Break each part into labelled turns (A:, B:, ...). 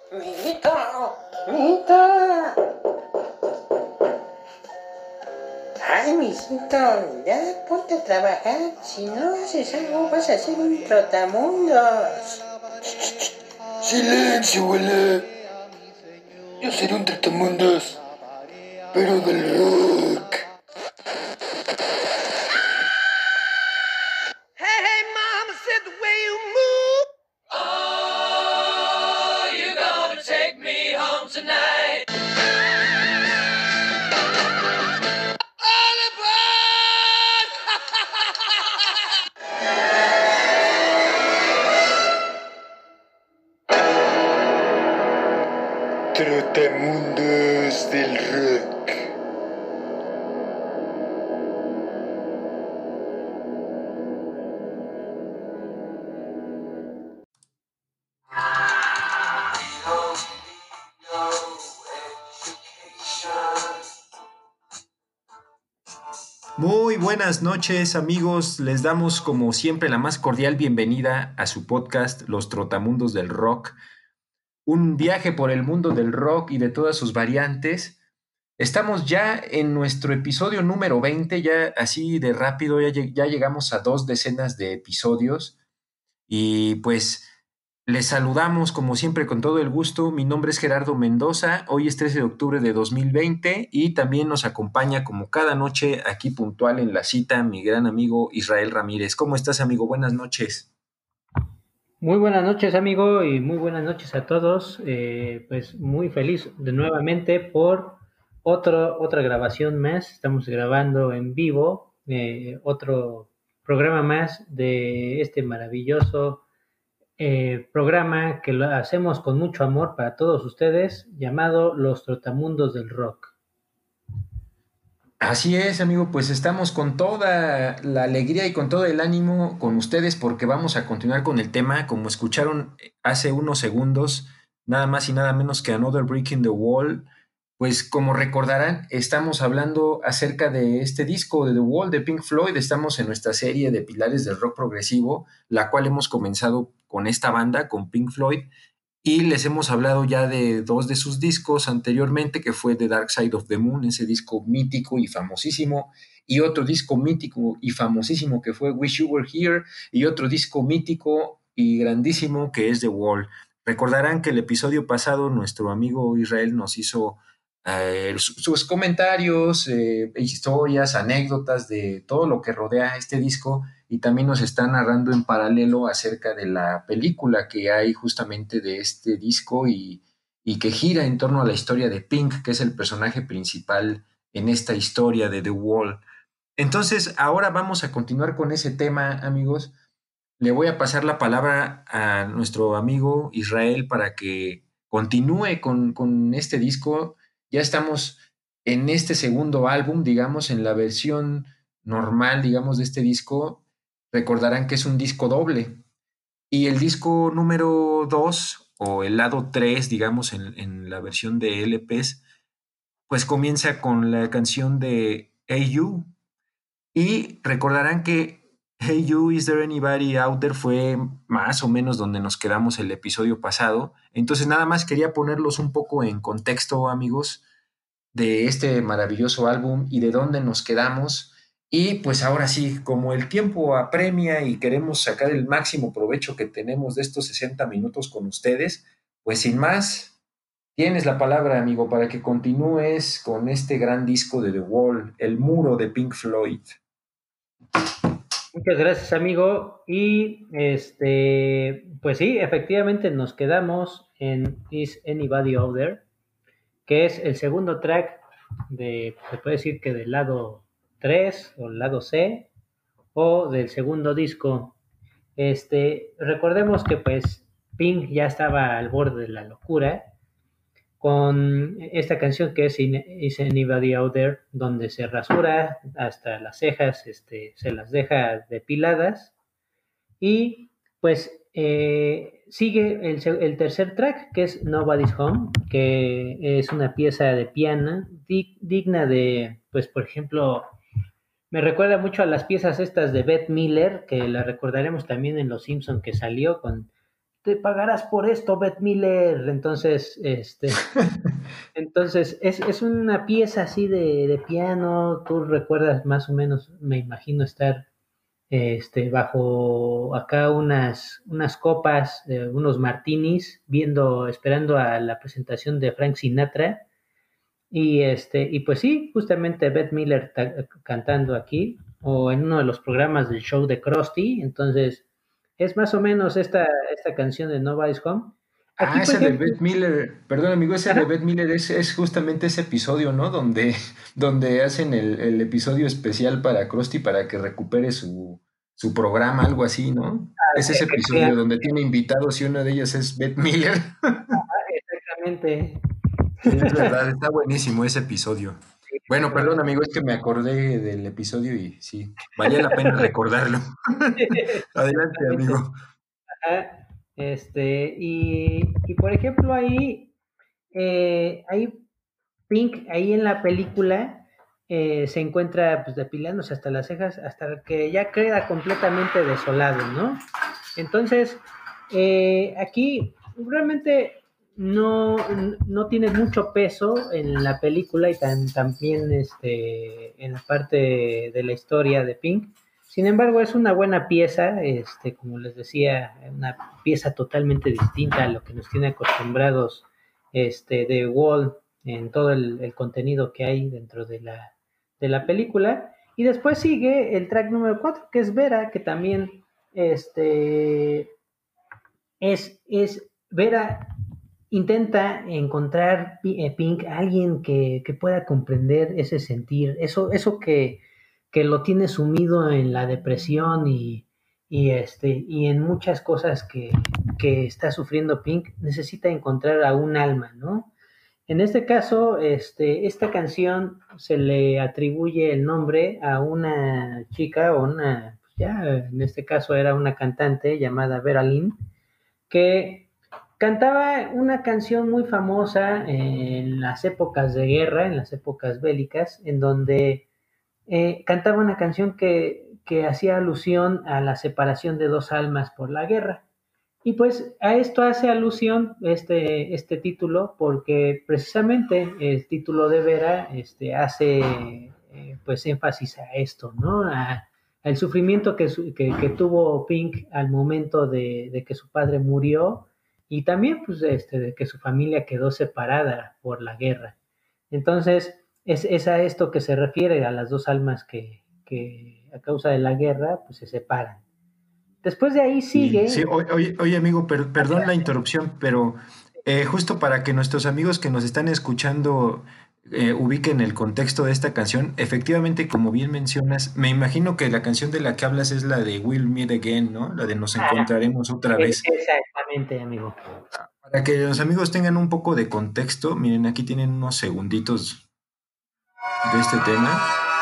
A: Mijito, mijito. Ay, mijito, ya ponte a trabajar. Si no haces algo, vas a ser un trotamundos.
B: Silencio, abuela. Yo seré un tratamundos, pero del rock.
C: Hey, mama said the way you move.
D: Oh, you're gonna take me home tonight.
B: Trotamundos del rock.
E: Muy buenas noches amigos, les damos como siempre la más cordial bienvenida a su podcast Los Trotamundos del Rock, un viaje por el mundo del rock y de todas sus variantes. Estamos ya en nuestro episodio número 20, ya así de rápido, ya llegamos a 2 decenas de episodios y pues les saludamos como siempre con todo el gusto. Mi nombre es Gerardo Mendoza, hoy es 13 de octubre de 2020 y también nos acompaña como cada noche aquí puntual en la cita mi gran amigo Israel Ramírez. ¿Cómo estás, amigo? Buenas noches.
F: Muy buenas noches, amigo, y muy buenas noches a todos. Pues muy feliz de nuevamente por otra grabación más. Estamos grabando en vivo otro programa más de este maravilloso programa que lo hacemos con mucho amor para todos ustedes, llamado Los Trotamundos del Rock.
E: Así es, amigo, pues estamos con toda la alegría y con todo el ánimo con ustedes porque vamos a continuar con el tema, como escucharon hace unos segundos, nada más y nada menos que Another Brick in the Wall. Pues como recordarán, estamos hablando acerca de este disco de The Wall de Pink Floyd. Estamos en nuestra serie de pilares del rock progresivo, la cual hemos comenzado con esta banda, con Pink Floyd, y les hemos hablado ya de 2 de sus discos anteriormente, que fue The Dark Side of the Moon, ese disco mítico y famosísimo, y otro disco mítico y famosísimo que fue Wish You Were Here, y otro disco mítico y grandísimo que es The Wall. Recordarán que el episodio pasado nuestro amigo Israel nos hizo sus comentarios, historias, anécdotas de todo lo que rodea este disco, y también nos está narrando en paralelo acerca de la película que hay justamente de este disco y que gira en torno a la historia de Pink, que es el personaje principal en esta historia de The Wall. Entonces, ahora vamos a continuar con ese tema, amigos. Le voy a pasar la palabra a nuestro amigo Israel para que continúe con este disco. Ya estamos en este segundo álbum, digamos, en la versión normal, digamos, de este disco. Recordarán que es un disco doble. Y el disco número 2 o el lado 3, digamos, en la versión de LPs, pues comienza con la canción de Hey You, y recordarán que Hey You, Is There Anybody Out There fue más o menos donde nos quedamos el episodio pasado. Entonces nada más quería ponerlos un poco en contexto, amigos, de este maravilloso álbum y de dónde nos quedamos. Y pues ahora sí, como el tiempo apremia y queremos sacar el máximo provecho que tenemos de estos 60 minutos con ustedes, pues sin más, tienes la palabra, amigo, para que continúes con este gran disco de The Wall, El Muro de Pink Floyd.
F: Muchas gracias, amigo. Y pues sí, efectivamente nos quedamos en Is Anybody Out There, que es el segundo track se puede decir que del lado 3 o el lado C o del segundo disco. Recordemos que pues Pink ya estaba al borde de la locura con esta canción que es Is Anybody Out There, donde se rasura hasta las cejas, se las deja depiladas y pues sigue el tercer track, que es Nobody's Home, que es una pieza de piano digna de, pues por ejemplo, me recuerda mucho a las piezas estas de Bette Miller, que la recordaremos también en Los Simpson, que salió con te pagarás por esto, Beth Miller. Entonces, entonces es una pieza así de piano. Tú recuerdas más o menos, me imagino estar bajo acá unas copas, unos martinis, esperando a la presentación de Frank Sinatra. Y pues sí, justamente Beth Miller cantando aquí, o en uno de los programas del show de Krusty. Entonces, es más o menos esta canción de Nobody's Home. Aquí, por
E: Ese de
F: ejemplo,
E: Beth Miller, perdón amigo, ese de
F: ajá,
E: Beth Miller es justamente ese episodio, ¿no? Donde hacen el episodio especial para Krusty para que recupere su programa, algo así, ¿no? Es ese episodio
F: efectivamente,
E: donde tiene invitados y uno de ellos es Beth Miller.
F: exactamente.
E: Sí, es verdad, está buenísimo ese episodio. Bueno, perdón amigo, es que me acordé del episodio y sí, valía la pena recordarlo. Adelante
F: Exactamente.
E: amigo.
F: Ajá. Y por ejemplo, ahí Pink, ahí en la película, se encuentra pues depilándose hasta las cejas, hasta que ya queda completamente desolado, ¿no? Entonces, aquí realmente no, no tiene mucho peso en la película y también en la parte de la historia de Pink. Sin embargo, es una buena pieza, como les decía, una pieza totalmente distinta a lo que nos tiene acostumbrados de Wall en todo el contenido que hay dentro de la película. Y después sigue el track número 4 que es Vera, que también Vera intenta encontrar Pink, alguien que pueda comprender ese sentir, eso que lo tiene sumido en la depresión y en muchas cosas que está sufriendo Pink, necesita encontrar a un alma, ¿no? En este caso, esta canción se le atribuye el nombre a una chica o ya en este caso era una cantante llamada Vera Lynn, que cantaba una canción muy famosa en las épocas de guerra, en las épocas bélicas, en donde cantaba una canción que hacía alusión a la separación de dos almas por la guerra. Y pues a esto hace alusión este título, porque precisamente el título de Vera hace pues énfasis a esto, ¿no? Al sufrimiento que tuvo Pink al momento de que su padre murió y también pues de que su familia quedó separada por la guerra. Entonces, es a esto que se refiere a las dos almas que a causa de la guerra pues se separan. Después de ahí
E: Sí,
F: sigue.
E: sí, oye, amigo, perdón la interrupción, pero justo para que nuestros amigos que nos están escuchando ubiquen el contexto de esta canción, efectivamente, como bien mencionas, me imagino que la canción de la que hablas es la de We'll Meet Again, ¿no? La de Nos encontraremos otra vez.
F: Exactamente, amigo.
E: Para que los amigos tengan un poco de contexto, miren, aquí tienen unos segunditos de este tema.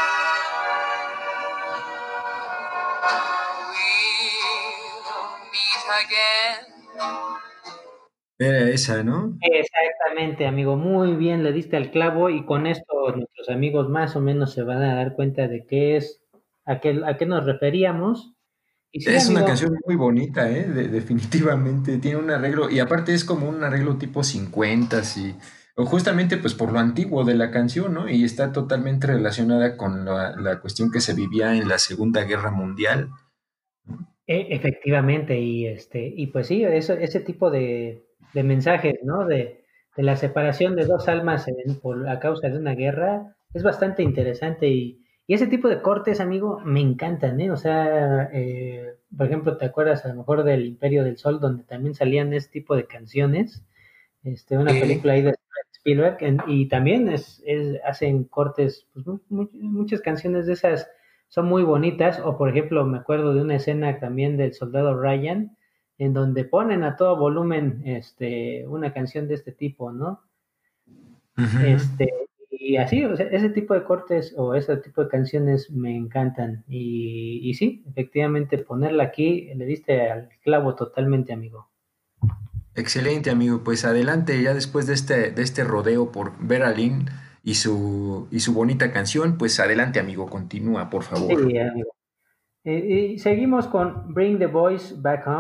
D: We'll meet again.
E: Era esa, ¿no?
F: Exactamente, amigo. Muy bien, le diste al clavo y con esto nuestros amigos más o menos se van a dar cuenta de qué es, a qué nos referíamos. Y sí,
E: Es una
F: amigo,
E: canción muy bonita, ¿eh? Definitivamente. Tiene un arreglo, y aparte es como un arreglo tipo 50 o justamente pues por lo antiguo de la canción, ¿no? Y está totalmente relacionada con la cuestión que se vivía en la Segunda Guerra Mundial.
F: efectivamente, y pues sí, ese tipo de mensajes, ¿no? De la separación de dos almas a causa de una guerra es bastante interesante y ese tipo de cortes, amigo, me encantan, ¿eh? O sea, por ejemplo, ¿te acuerdas a lo mejor del Imperio del Sol, donde también salían ese tipo de canciones? Una película ahí de Spielberg, y también hacen cortes, pues muchas canciones de esas son muy bonitas, o por ejemplo me acuerdo de una escena también del Soldado Ryan, en donde ponen a todo volumen una canción de este tipo, ¿no?
E: Ujú.
F: Este, y así, o sea, ese tipo de cortes o ese tipo de canciones me encantan, y sí, efectivamente ponerla aquí, le diste al clavo totalmente, amigo.
E: Excelente, amigo. Pues adelante, ya después de este rodeo por Vera Lynn y su bonita canción, pues adelante, amigo, continúa, por favor.
F: Sí, amigo. Y seguimos con Bring the Boys Back Home,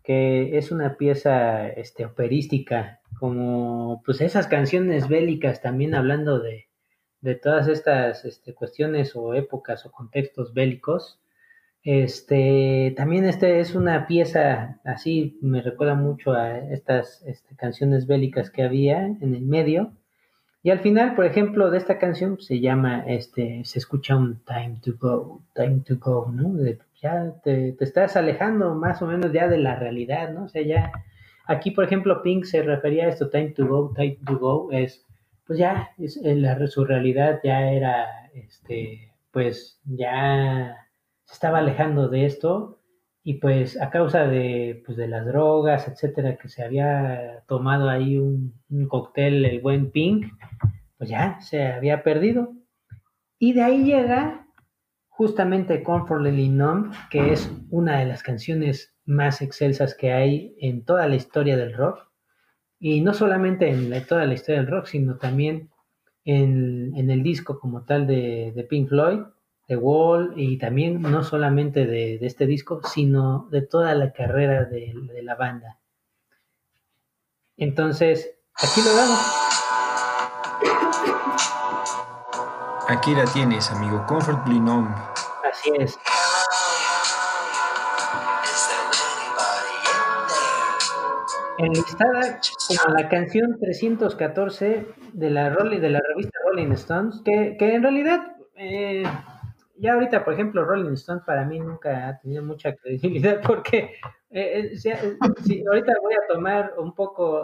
F: que es una pieza operística, como pues esas canciones bélicas también hablando de todas estas cuestiones o épocas o contextos bélicos. También es una pieza así, me recuerda mucho a estas canciones bélicas que había en el medio. Y al final, por ejemplo, de esta canción pues, se llama, se escucha un time to go, ¿no? Ya te estás alejando más o menos ya de la realidad, ¿no? O sea, ya, aquí, por ejemplo, Pink se refería a esto, time to go, pues ya, su realidad ya era, pues ya se estaba alejando de esto y pues a causa pues, de las drogas, etcétera, que se había tomado ahí un cóctel, el buen Pink, pues ya se había perdido. Y de ahí llega justamente Comfortably Numb, que es una de las canciones más excelsas que hay en toda la historia del rock. Y no solamente en toda la historia del rock, sino también en el disco como tal de Pink Floyd, The Wall, y también no solamente de este disco, sino de toda la carrera de la banda. Entonces, aquí lo damos.
E: Aquí la tienes, amigo, Comfortably Numb.
F: Así es. Enlistada como la canción 314 de la revista Rolling Stones, que en realidad ya ahorita, por ejemplo, Rolling Stones para mí nunca ha tenido mucha credibilidad porque sí, ahorita voy a tomar un poco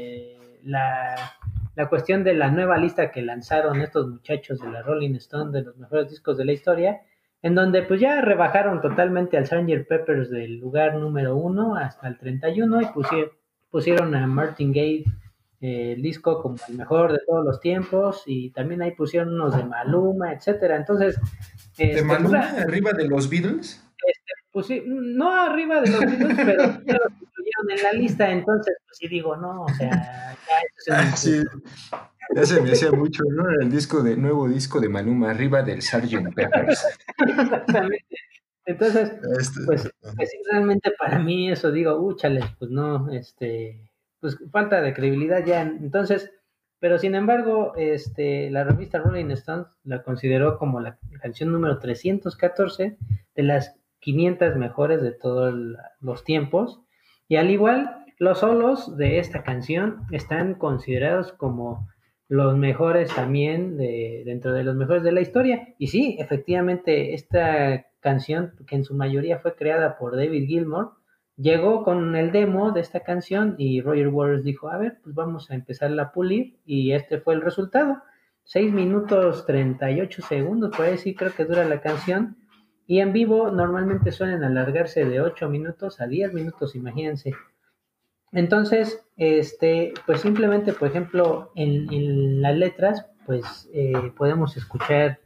F: la cuestión de la nueva lista que lanzaron estos muchachos de la Rolling Stone de los mejores discos de la historia, en donde pues ya rebajaron totalmente al Sgt. Peppers del lugar número 1 hasta el 31 y pusieron a Martin Gaye el disco como el mejor de todos los tiempos y también ahí pusieron unos de Maluma, etcétera. Entonces,
E: ¿de Maluma arriba de los Beatles?
F: Pues sí, no arriba de los Beatles, pero ya los incluyeron en la lista, entonces pues sí digo, no, o sea, ya
E: sí. Ya se me hacía mucho, ¿no? El nuevo disco de Maluma arriba del Sgt. Peppers.
F: Exactamente. Entonces, pues realmente para mí eso digo, chales, pues no, pues falta de credibilidad ya. Entonces, pero sin embargo, la revista Rolling Stones la consideró como la canción número 314 de las 500 mejores de todos los tiempos. Y al igual, los solos de esta canción están considerados como los mejores también dentro de los mejores de la historia. Y sí, efectivamente, esta canción, que en su mayoría fue creada por David Gilmour, llegó con el demo de esta canción y Roger Waters dijo, a ver, pues vamos a empezarla a pulir y este fue el resultado. 6 minutos 38 segundos, por ahí sí creo que dura la canción. Y en vivo normalmente suelen alargarse de 8 minutos a 10 minutos, imagínense. Entonces, pues simplemente, por ejemplo, en las letras, pues podemos escuchar,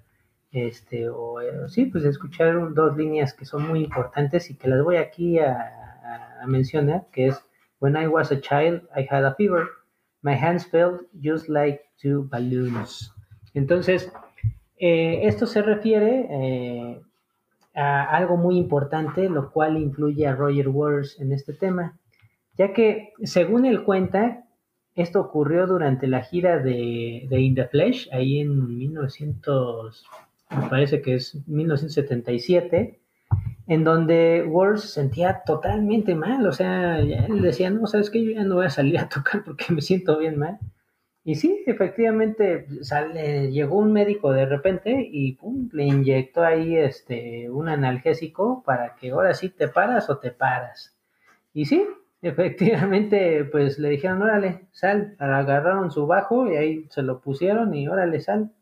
F: sí, pues escuchar dos líneas que son muy importantes y que las voy aquí a mencionar, que es, When I was a child, I had a fever. My hands felt just like two balloons. Entonces, esto se refiere a algo muy importante, lo cual incluye a Roger Waters en este tema, ya que, según él cuenta, esto ocurrió durante la gira de In the Flesh, ahí en 1900, me parece que es 1977, en donde Waters se sentía totalmente mal, o sea, él decía, no, ¿sabes qué? Yo ya no voy a salir a tocar porque me siento bien mal. Y sí, efectivamente, llegó un médico de repente y pum, le inyectó ahí un analgésico para que ahora sí te paras o te paras. Y sí, efectivamente, pues le dijeron, órale, sal, agarraron su bajo y ahí se lo pusieron y órale, sal.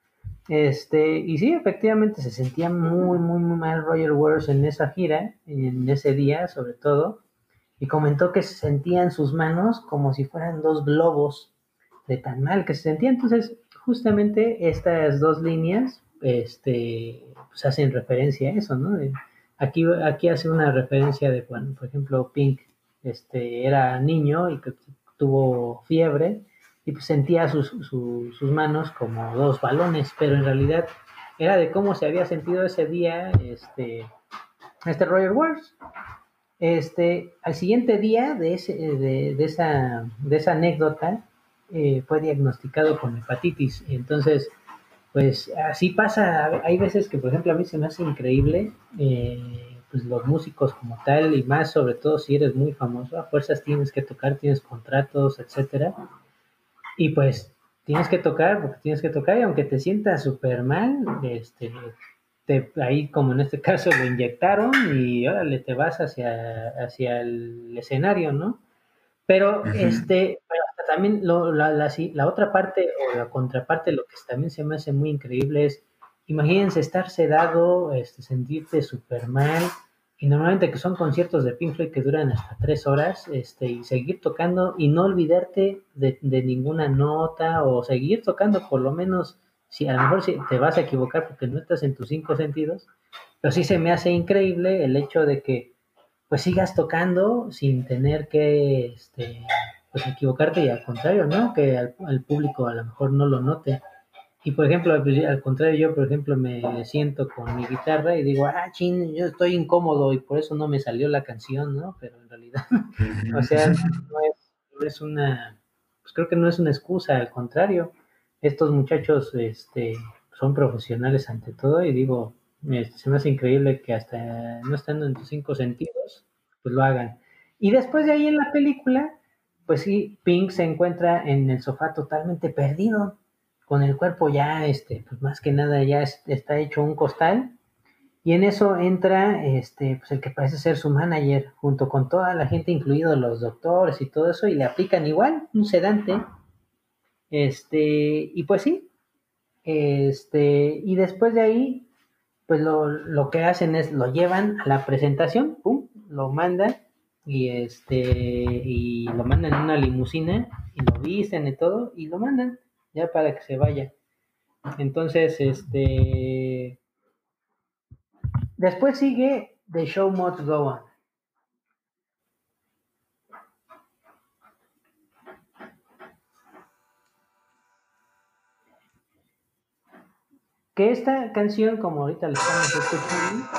F: Y sí, efectivamente se sentía muy, muy, muy mal Roger Waters en esa gira, en ese día sobre todo, y comentó que se sentía en sus manos como si fueran dos globos de tan mal que se sentía. Entonces, justamente estas dos líneas, pues hacen referencia a eso, ¿no? Aquí hace una referencia de cuando, por ejemplo, Pink era niño y que tuvo fiebre y pues sentía sus manos como dos balones, pero en realidad era de cómo se había sentido ese día Roger Waters. Al siguiente día de esa anécdota, fue diagnosticado con hepatitis. Entonces, pues así pasa. Hay veces que, por ejemplo, a mí se me hace increíble, pues los músicos como tal, y más sobre todo si eres muy famoso, a fuerzas tienes que tocar, tienes contratos, etcétera. Y pues tienes que tocar porque tienes que tocar, y aunque te sientas súper mal, ahí como en este caso lo inyectaron y órale, te vas hacia el escenario, ¿no? Pero
E: Ujú.
F: pero hasta también la otra parte o la contraparte, lo que también se me hace muy increíble es, imagínense estar sedado, sentirte súper mal, y normalmente que son conciertos de Pink Floyd que duran hasta 3 horas, y seguir tocando y no olvidarte de ninguna nota, o seguir tocando por lo menos, si a lo mejor si te vas a equivocar porque no estás en tus 5 sentidos, pero sí se me hace increíble el hecho de que pues sigas tocando sin tener que pues equivocarte, y al contrario, ¿no? Que al público a lo mejor no lo note. Y por ejemplo, pues, al contrario, yo por ejemplo me siento con mi guitarra y digo, chin, yo estoy incómodo y por eso no me salió la canción, ¿no? Pero en realidad, o sea,
E: Ujú.
F: no es una, pues creo que no es una excusa, al contrario, estos muchachos, son profesionales ante todo, y digo, se me hace increíble que hasta no estando en tus 5 sentidos, pues lo hagan. Y después de ahí en la película, pues sí, Pink se encuentra en el sofá totalmente perdido, con el cuerpo ya, pues más que nada ya está hecho un costal, y en eso entra, pues el que parece ser su manager, junto con toda la gente, incluidos los doctores y todo eso, y le aplican igual un sedante, y pues sí, y después de ahí, pues lo que hacen es lo llevan a la presentación, pum, lo mandan, y lo mandan en una limusina, y lo visten y todo, y lo mandan ya para que se vaya. Entonces, después sigue The Show Must Go On. Que esta canción, como ahorita la estamos escuchando,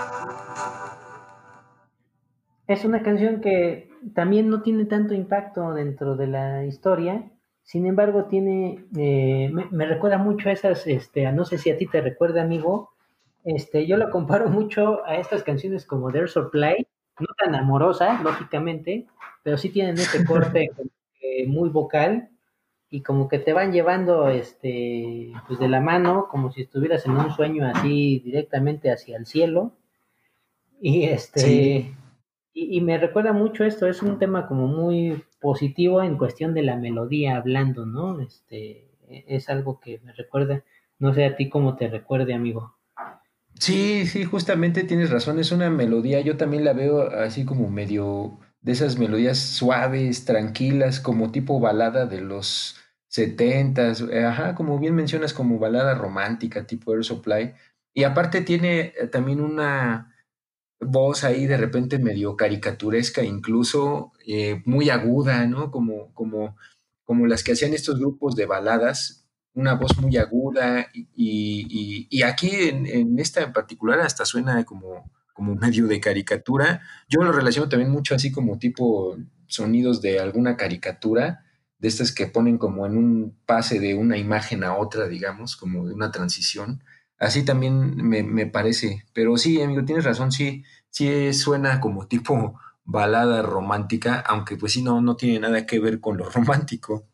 F: es una canción que también no tiene tanto impacto dentro de la historia. Sin embargo, me recuerda mucho a esas, no sé si a ti te recuerda, amigo. Yo lo comparo mucho a estas canciones como There's Supply, no tan amorosa, lógicamente, pero sí tienen ese corte como que muy vocal, y como que te van llevando, pues de la mano, como si estuvieras en un sueño así directamente hacia el cielo. Y
E: Sí,
F: y me recuerda mucho esto, es un tema como muy positivo en cuestión de la melodía hablando, ¿no? Es algo que me recuerda, no sé a ti cómo te recuerde, amigo.
E: sí, sí, justamente tienes razón, es una melodía, yo también la veo así como medio de esas melodías suaves, tranquilas, como tipo balada de los setentas, ajá, como bien mencionas, como balada romántica, tipo Air Supply, y aparte tiene también una voz ahí de repente medio caricaturesca, incluso muy aguda, ¿no? Como las que hacían estos grupos de baladas, una voz muy aguda y aquí en esta en particular hasta suena como medio de caricatura. Yo lo relaciono también mucho así como tipo sonidos de alguna caricatura, de estas que ponen como en un pase de una imagen a otra, digamos, como de una transición. Así también me parece, pero sí, amigo, tienes razón, sí, sí suena como tipo balada romántica, aunque pues sí, no tiene nada que ver con lo romántico.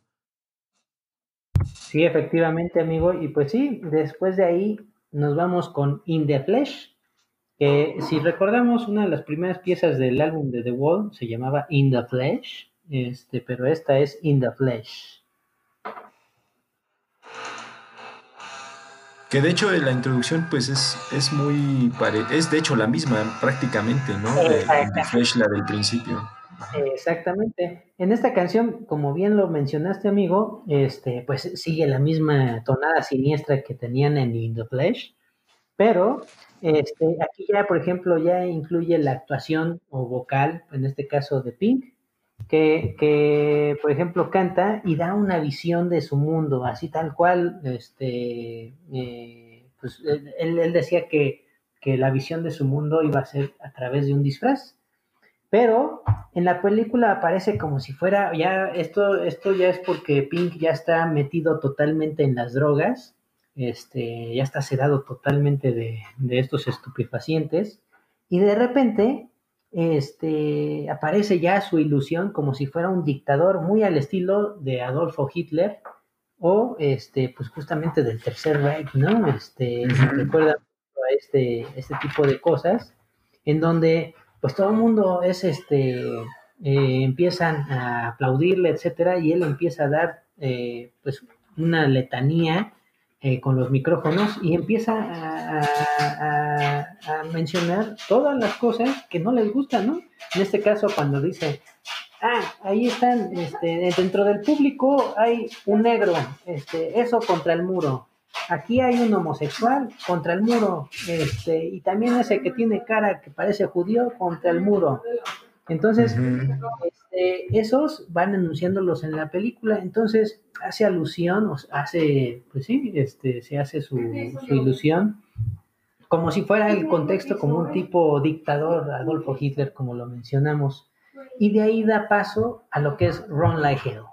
F: Sí, efectivamente, amigo, y pues sí, después de ahí nos vamos con In the Flesh, que si recordamos, una de las primeras piezas del álbum de The Wall se llamaba In the Flesh, pero esta es In the Flesh.
E: Que de hecho la introducción pues es es de hecho la misma prácticamente, ¿no? De In the Flesh, la del principio.
F: Exactamente. En esta canción, como bien lo mencionaste, amigo, pues sigue la misma tonada siniestra que tenían en In the Flesh, pero aquí ya, por ejemplo, ya incluye la actuación o vocal, en este caso de Pink, por ejemplo, canta y da una visión de su mundo, así tal cual, pues él decía que la visión de su mundo iba a ser a través de un disfraz. Pero en la película aparece como si fuera, ya esto ya es porque Pink ya está metido totalmente en las drogas, ya está sedado totalmente de estos estupefacientes, y de repente aparece ya su ilusión como si fuera un dictador muy al estilo de Adolfo Hitler o pues justamente del Tercer Reich, ¿no? Si recuerdan a este tipo de cosas, en donde pues todo el mundo empiezan a aplaudirle, etcétera, y él empieza a dar pues una letanía con los micrófonos y empieza a mencionar todas las cosas que no les gustan, ¿no? En este caso, cuando dice, ahí están, dentro del público hay un negro, eso contra el muro. Aquí hay un homosexual contra el muro, y también ese que tiene cara que parece judío contra el muro. Entonces, esos van anunciándolos en la película, entonces hace alusión, pues sí, se hace su ilusión, como si fuera el contexto como un tipo dictador, Adolfo Hitler, como lo mencionamos, y de ahí da paso a lo que es Run Like Hell.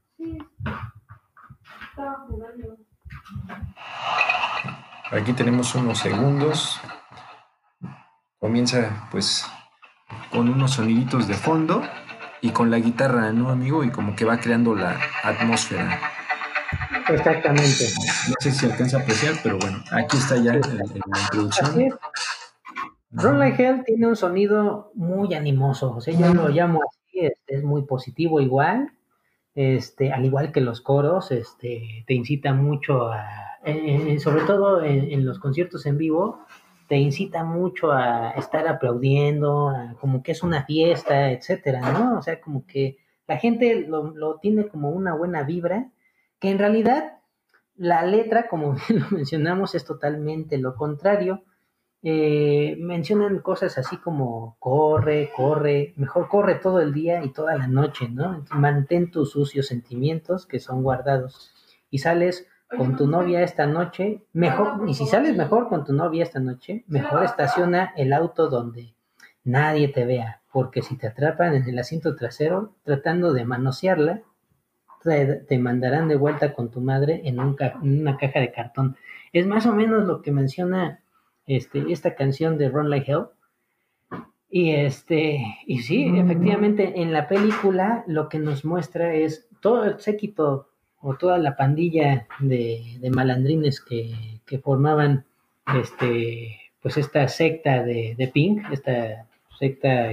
E: Aquí tenemos unos segundos. Comienza pues con unos soniditos de fondo y con la guitarra, ¿no, amigo? Y como que va creando la atmósfera.
F: Exactamente.
E: No sé si se alcanza a apreciar, pero bueno, aquí está ya en la introducción.
F: Así es. Run Like Hell tiene un sonido muy animoso, o sea, yo lo llamo así, es muy positivo igual, al igual que los coros, te incita mucho sobre todo en los conciertos en vivo, te incita mucho a estar aplaudiendo, como que es una fiesta, etcétera, ¿no? O sea, como que la gente lo tiene como una buena vibra, que en realidad la letra, como bien lo mencionamos, es totalmente lo contrario. Mencionan cosas así como corre, mejor corre todo el día y toda la noche, ¿no? Mantén tus sucios sentimientos que son guardados y sales con tu novia esta noche, mejor, y si sales mejor con tu novia esta noche, mejor estaciona el auto donde nadie te vea, porque si te atrapan en el asiento trasero tratando de manosearla, te mandarán de vuelta con tu madre en una caja de cartón. Es más o menos lo que menciona esta canción de Run Like Hell. Y sí, efectivamente, en la película lo que nos muestra es todo el séquito o toda la pandilla de malandrines que formaban pues esta secta de Pink, esta secta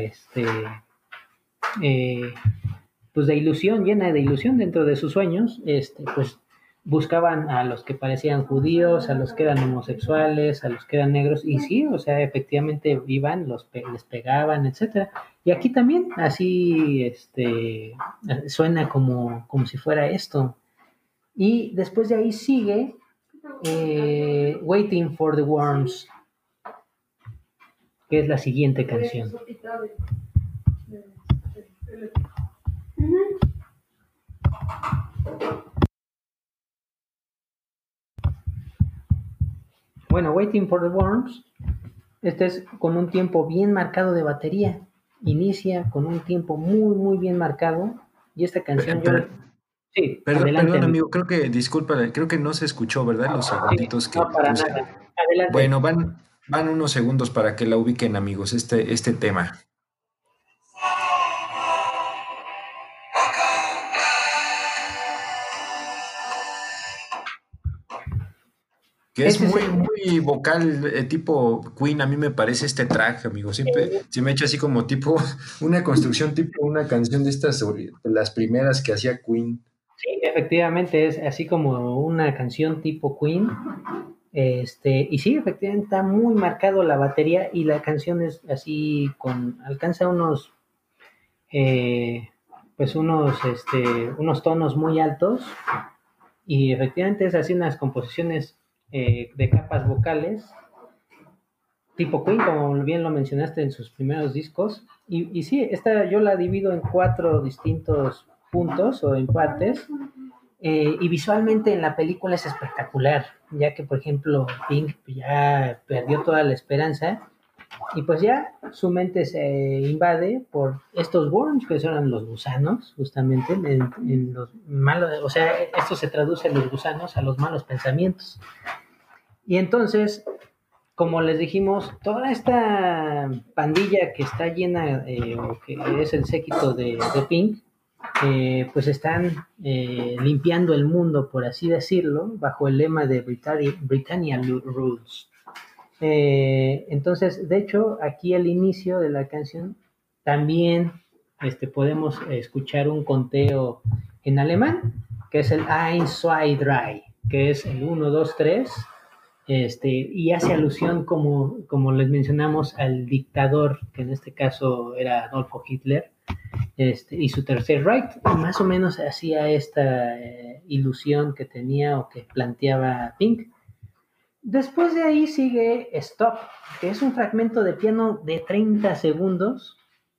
F: pues de ilusión, llena de ilusión dentro de sus sueños, pues buscaban a los que parecían judíos, a los que eran homosexuales, a los que eran negros, y sí, o sea, efectivamente iban, les pegaban, etcétera. Y aquí también, así, suena como si fuera esto. Y después de ahí sigue Waiting for the Worms, que es la siguiente canción. Bueno, Waiting for the Worms, este es con un tiempo bien marcado de batería. Inicia con un tiempo muy, muy bien marcado. Y esta canción Sí,
E: perdón, amigo, creo que no se escuchó, ¿verdad? Los segunditos que
F: no, para
E: puse.
F: nada. Adelante.
E: Bueno, van unos segundos para que la ubiquen, amigos, este tema. Que es muy vocal, tipo Queen, a mí me parece este track, amigo. Siempre se me ha hecho así como tipo una construcción, tipo una canción de estas, de las primeras que hacía Queen.
F: Sí, efectivamente, es así como una canción tipo Queen. Y sí, efectivamente está muy marcado la batería y la canción es así, alcanza unos unos tonos muy altos y efectivamente es así unas composiciones de capas vocales tipo Queen, como bien lo mencionaste en sus primeros discos. Y sí, esta yo la divido en 4 distintos puntos o en partes. Y visualmente en la película es espectacular, ya que, por ejemplo, Pink ya perdió toda la esperanza Y pues ya su mente se invade por estos worms, que son los gusanos, justamente, en los malos, o sea, esto se traduce en los gusanos a los malos pensamientos. Y entonces, como les dijimos, toda esta pandilla que está llena, o que es el séquito de Pink, pues están limpiando el mundo, por así decirlo, bajo el lema de Britannia Rules. Entonces, de hecho, aquí al inicio de la canción también podemos escuchar un conteo en alemán, que es el Eins, zwei, drei, que es el 1, 2, 3, y hace alusión, como les mencionamos, al dictador, que en este caso era Adolfo Hitler, y su tercer Reich, más o menos hacía esta ilusión que tenía o que planteaba Pink. Después de ahí sigue Stop, que es un fragmento de piano de 30 segundos.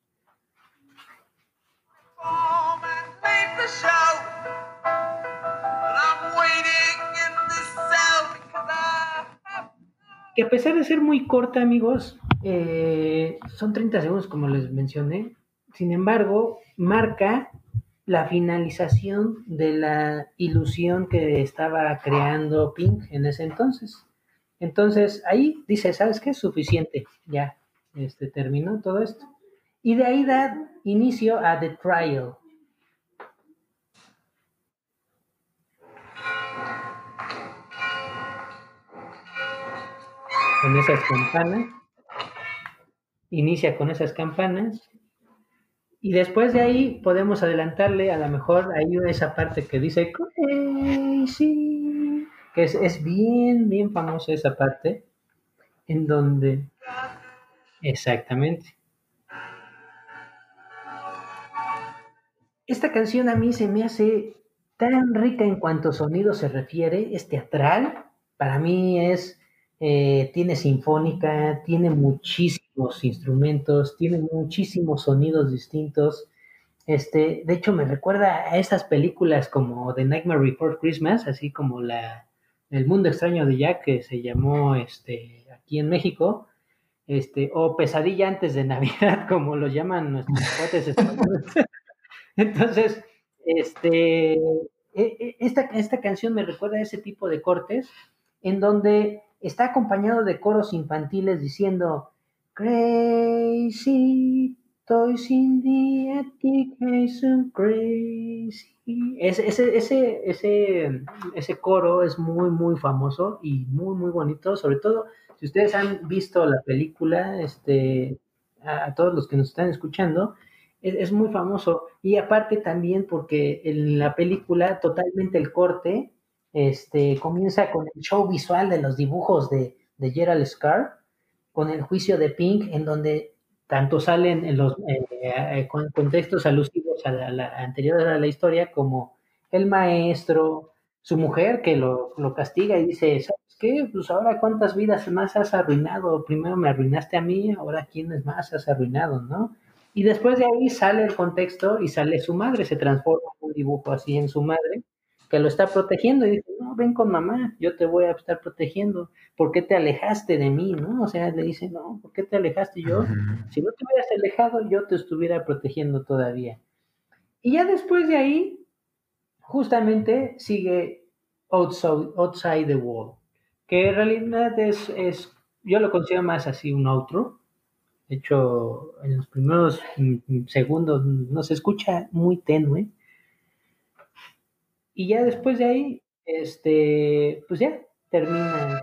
F: Que a pesar de ser muy corta, amigos, son 30 segundos como les mencioné. Sin embargo, marca la finalización de la ilusión que estaba creando Pink en ese entonces. Entonces ahí dice, ¿sabes qué? Es suficiente, ya terminó todo esto. Y de ahí da inicio a The Trial. Con esas campanas, inicia con esas campanas, y después de ahí podemos adelantarle, a lo mejor ahí esa parte que dice Crazy, que es bien, bien famosa esa parte, en donde, exactamente. Esta canción a mí se me hace tan rica en cuanto sonido se refiere, es teatral, para mí tiene sinfónica, tiene muchísimos instrumentos, tiene muchísimos sonidos distintos. De hecho, me recuerda a esas películas como The Nightmare Before Christmas, así como El Mundo Extraño de Jack, que se llamó aquí en México, o Pesadilla antes de Navidad, como lo llaman nuestros cuates españoles. Entonces, esta canción me recuerda a ese tipo de cortes en donde está acompañado de coros infantiles diciendo Crazy, toys in the attic, so crazy. Ese coro es muy, muy famoso y muy, muy bonito, sobre todo si ustedes han visto la película, a todos los que nos están escuchando, es muy famoso. Y aparte también porque en la película totalmente el corte comienza con el show visual de los dibujos de Gerald Scar, con el juicio de Pink, en donde tanto salen en los contextos alusivos a la anterior a la historia, como el maestro, su mujer que lo castiga y dice, ¿sabes qué? Pues ahora cuántas vidas más has arruinado, primero me arruinaste a mí, ahora quiénes más has arruinado, ¿no? Y después de ahí sale el contexto y sale su madre, se transforma en un dibujo así en su madre, que lo está protegiendo y dice, no, ven con mamá, yo te voy a estar protegiendo, ¿por qué te alejaste de mí? ¿No? O sea, le dice, no, ¿por qué te alejaste yo? Si no te hubieras alejado, yo te estuviera protegiendo todavía. Y ya después de ahí, justamente sigue Outside the Wall, que en realidad yo lo considero más así un outro. De hecho, en los primeros segundos no se escucha muy tenue. Y ya después de ahí, pues ya termina.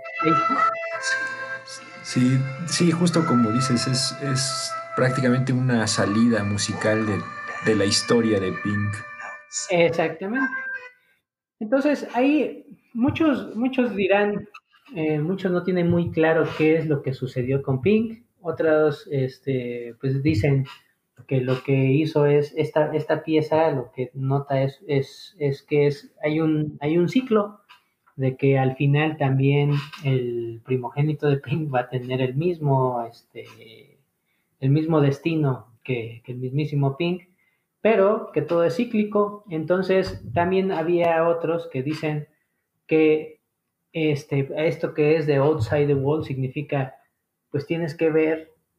E: Sí, sí, justo como dices, es prácticamente una salida musical de la historia de Pink.
F: Exactamente. Entonces, ahí muchos dirán, muchos no tienen muy claro qué es lo que sucedió con Pink, otros pues dicen que lo que hizo es esta pieza, lo que nota es que hay un ciclo de que al final también el primogénito de Pink va a tener el mismo destino que el mismísimo Pink, pero que todo es cíclico. Entonces también había otros que dicen que esto que es de Outside the Wall significa, pues tienes que ver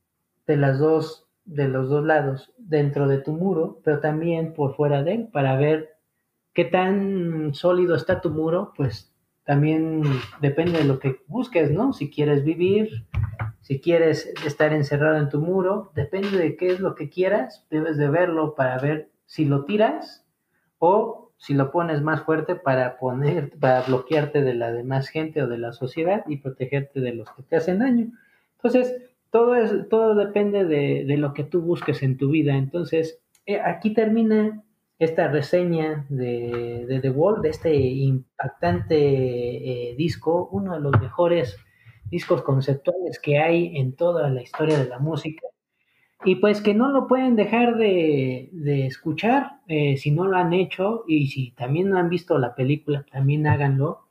F: de los dos lados, dentro de tu muro, pero también por fuera de él, para ver qué tan sólido está tu muro, pues también depende de lo que busques, ¿no? Si quieres vivir, si quieres estar encerrado en tu muro, depende de qué es lo que quieras, debes de verlo para ver si lo tiras o si lo pones más fuerte para bloquearte de la demás gente o de la sociedad y protegerte de los que te hacen daño. Entonces, todo depende de lo que tú busques en tu vida. Entonces, aquí termina esta reseña de The Wall, de este impactante disco, uno de los mejores discos conceptuales que hay en toda la historia de la música. Y pues que no lo pueden dejar de escuchar si no lo han hecho y si también no han visto la película, también háganlo.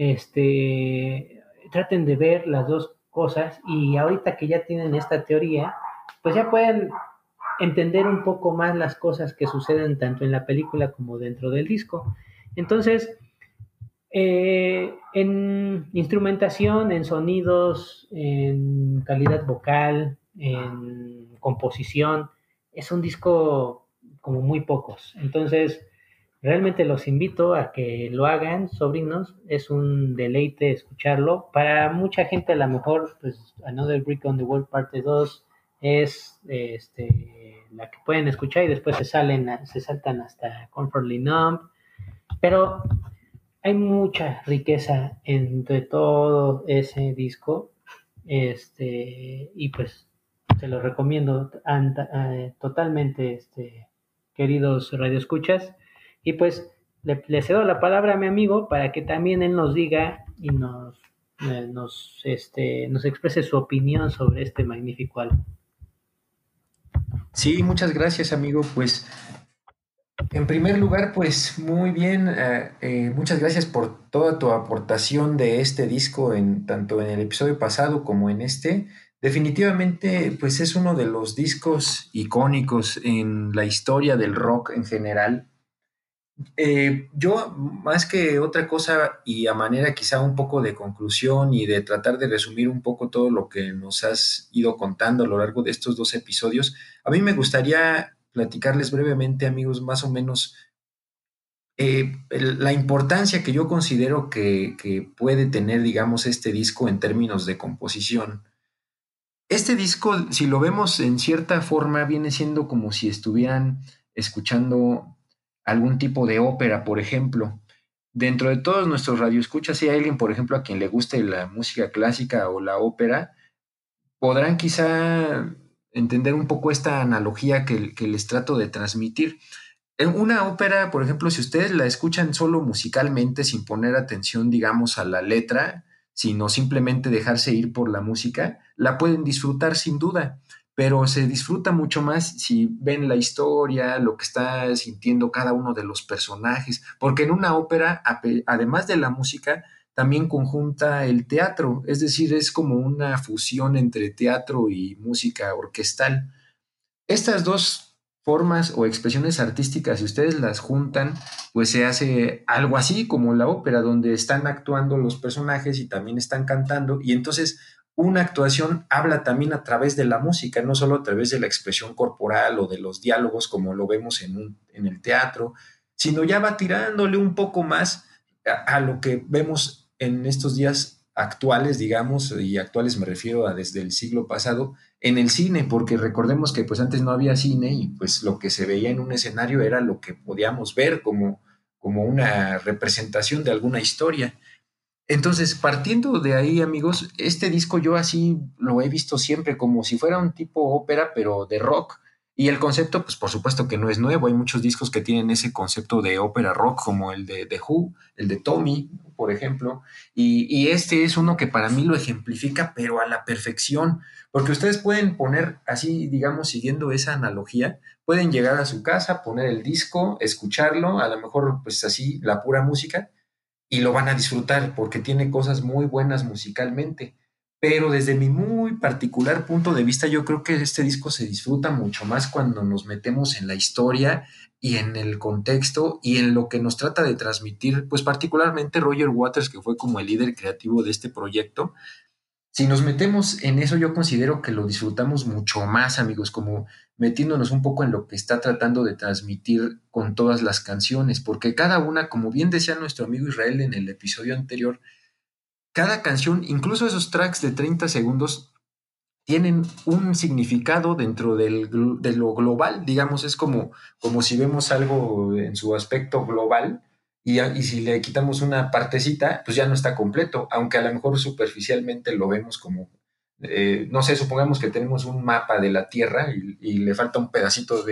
F: Traten de ver las dos cosas y ahorita que ya tienen esta teoría, pues ya pueden entender un poco más las cosas que suceden tanto en la película como dentro del disco. Entonces, en instrumentación, en sonidos, en calidad vocal, en composición, es un disco como muy pocos. Entonces, realmente los invito a que lo hagan, sobrinos. Es un deleite escucharlo. Para mucha gente, a lo mejor, pues, Another Brick on the Wall parte 2 es la que pueden escuchar y después se saltan hasta Comfortably Numb. Pero hay mucha riqueza entre todo ese disco, y pues se lo recomiendo totalmente, queridos radioescuchas, y pues le cedo la palabra a mi amigo para que también él nos diga y nos exprese su opinión sobre este magnífico álbum.
E: Sí, muchas gracias, amigo. Pues en primer lugar, pues muy bien, muchas gracias por toda tu aportación de este disco, tanto en el episodio pasado como en este. Definitivamente, pues es uno de los discos icónicos en la historia del rock en general. Yo, más que otra cosa, y a manera quizá un poco de conclusión y de tratar de resumir un poco todo lo que nos has ido contando a lo largo de estos 2 episodios, a mí me gustaría platicarles brevemente, amigos, más o menos la importancia que yo considero que puede tener, digamos, este disco en términos de composición. Este disco, si lo vemos en cierta forma, viene siendo como si estuvieran escuchando algún tipo de ópera, por ejemplo. Dentro de todos nuestros radioescuchas, si hay alguien, por ejemplo, a quien le guste la música clásica o la ópera, podrán quizá entender un poco esta analogía que les trato de transmitir. En una ópera, por ejemplo, si ustedes la escuchan solo musicalmente, sin poner atención, digamos, a la letra, sino simplemente dejarse ir por la música, la pueden disfrutar sin duda, pero se disfruta mucho más si ven la historia, lo que está sintiendo cada uno de los personajes, porque en una ópera, además de la música, también conjunta el teatro, es decir, es como una fusión entre teatro y música orquestal. Estas dos formas o expresiones artísticas, si ustedes las juntan, pues se hace algo así como la ópera, donde están actuando los personajes y también están cantando, y entonces una actuación habla también a través de la música, no solo a través de la expresión corporal o de los diálogos como lo vemos en el teatro, sino ya va tirándole un poco más a lo que vemos en estos días actuales, digamos, y actuales me refiero a desde el siglo pasado, en el cine, porque recordemos que pues antes no había cine y pues lo que se veía en un escenario era lo que podíamos ver como una representación de alguna historia. Entonces, partiendo de ahí, amigos, este disco yo así lo he visto siempre como si fuera un tipo ópera, pero de rock. Y el concepto, pues por supuesto que no es nuevo. Hay muchos discos que tienen ese concepto de ópera rock, como el de The Who, el de Tommy, por ejemplo. Y este es uno que para mí lo ejemplifica, pero a la perfección. Porque ustedes pueden poner así, digamos, siguiendo esa analogía, pueden llegar a su casa, poner el disco, escucharlo, a lo mejor pues así la pura música y lo van a disfrutar porque tiene cosas muy buenas musicalmente. Pero desde mi muy particular punto de vista, yo creo que este disco se disfruta mucho más cuando nos metemos en la historia y en el contexto y en lo que nos trata de transmitir, pues particularmente Roger Waters, que fue como el líder creativo de este proyecto. Si nos metemos en eso, yo considero que lo disfrutamos mucho más, amigos, como metiéndonos un poco en lo que está tratando de transmitir con todas las canciones, porque cada una, como bien decía nuestro amigo Israel en el episodio anterior, cada canción, incluso esos tracks de 30 segundos, tienen un significado dentro de lo global, digamos, es como si vemos algo en su aspecto global y si le quitamos una partecita, pues ya no está completo, aunque a lo mejor superficialmente lo vemos como, no sé, supongamos que tenemos un mapa de la Tierra y le falta un pedacito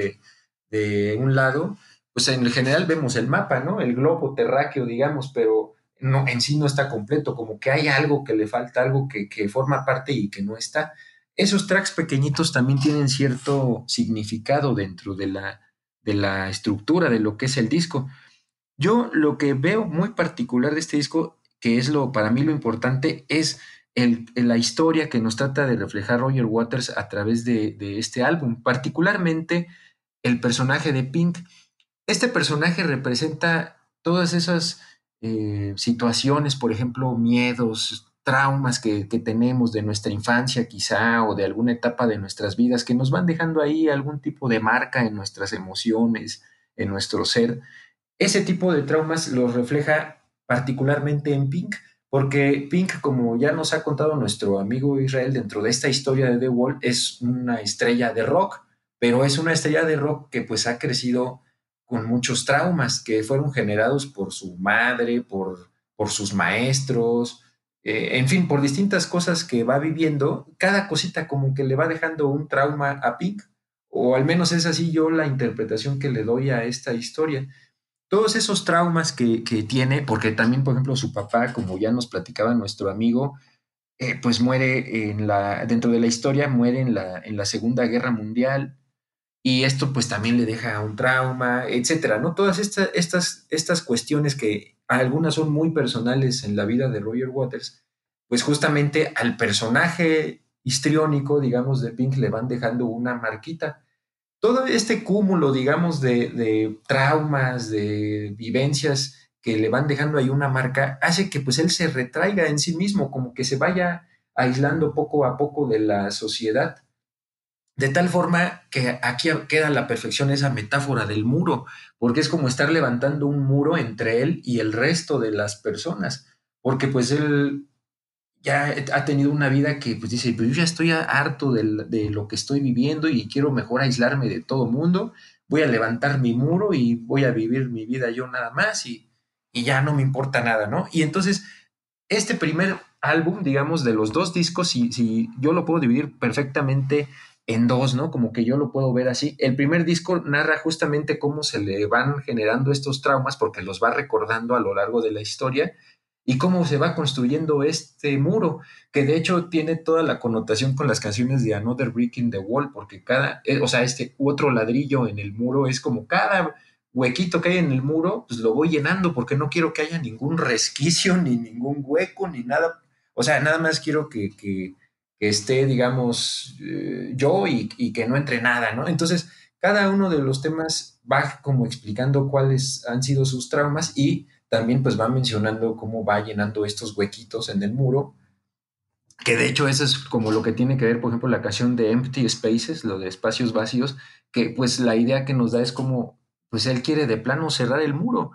E: de un lado, pues en general vemos el mapa, ¿no? El globo terráqueo, digamos, pero no, en sí no está completo, como que hay algo que le falta, algo que forma parte y que no está. Esos tracks pequeñitos también tienen cierto significado dentro de la estructura de lo que es el disco. Yo lo que veo muy particular de este disco, que es para mí lo importante, es la historia que nos trata de reflejar Roger Waters a través de este álbum, particularmente el personaje de Pink. Este personaje representa todas esas situaciones, por ejemplo, miedos, traumas que tenemos de nuestra infancia quizá o de alguna etapa de nuestras vidas que nos van dejando ahí algún tipo de marca en nuestras emociones, en nuestro ser. Ese tipo de traumas los refleja particularmente en Pink, porque Pink, como ya nos ha contado nuestro amigo Israel dentro de esta historia de The Wall, es una estrella de rock, pero es una estrella de rock que pues ha crecido con muchos traumas que fueron generados por su madre, por sus maestros, en fin, por distintas cosas que va viviendo. Cada cosita como que le va dejando un trauma a Pink, o al menos es así yo la interpretación que le doy a esta historia. Todos esos traumas que tiene, porque también, por ejemplo, su papá, como ya nos platicaba nuestro amigo, pues muere dentro de la historia, muere en la Segunda Guerra Mundial, y esto pues también le deja un trauma, etcétera, ¿no? Todas estas cuestiones que algunas son muy personales en la vida de Roger Waters, pues justamente al personaje histriónico, digamos, de Pink le van dejando una marquita. Todo este cúmulo, digamos, de traumas, de vivencias que le van dejando ahí una marca, hace que pues él se retraiga en sí mismo, como que se vaya aislando poco a poco de la sociedad. De tal forma que aquí queda a la perfección esa metáfora del muro, porque es como estar levantando un muro entre él y el resto de las personas, porque pues él ya ha tenido una vida que pues dice, pues yo ya estoy harto de lo que estoy viviendo y quiero mejor aislarme de todo mundo, voy a levantar mi muro y voy a vivir mi vida yo nada más y ya no me importa nada, ¿no? Y entonces, este primer álbum, digamos, de los dos discos, si yo lo puedo dividir perfectamente en dos, ¿no? Como que yo lo puedo ver así. El primer disco narra justamente cómo se le van generando estos traumas porque los va recordando a lo largo de la historia y cómo se va construyendo este muro, que de hecho tiene toda la connotación con las canciones de Another Brick in the Wall, porque o sea, este otro ladrillo en el muro es como cada huequito que hay en el muro, pues lo voy llenando porque no quiero que haya ningún resquicio, ni ningún hueco, ni nada. O sea, nada más quiero que esté, digamos, yo y que no entre nada, ¿no? Entonces, cada uno de los temas va como explicando cuáles han sido sus traumas y también pues va mencionando cómo va llenando estos huequitos en el muro, que de hecho eso es como lo que tiene que ver, por ejemplo, la canción de Empty Spaces, lo de espacios vacíos, que pues la idea que nos da es como, pues él quiere de plano cerrar el muro.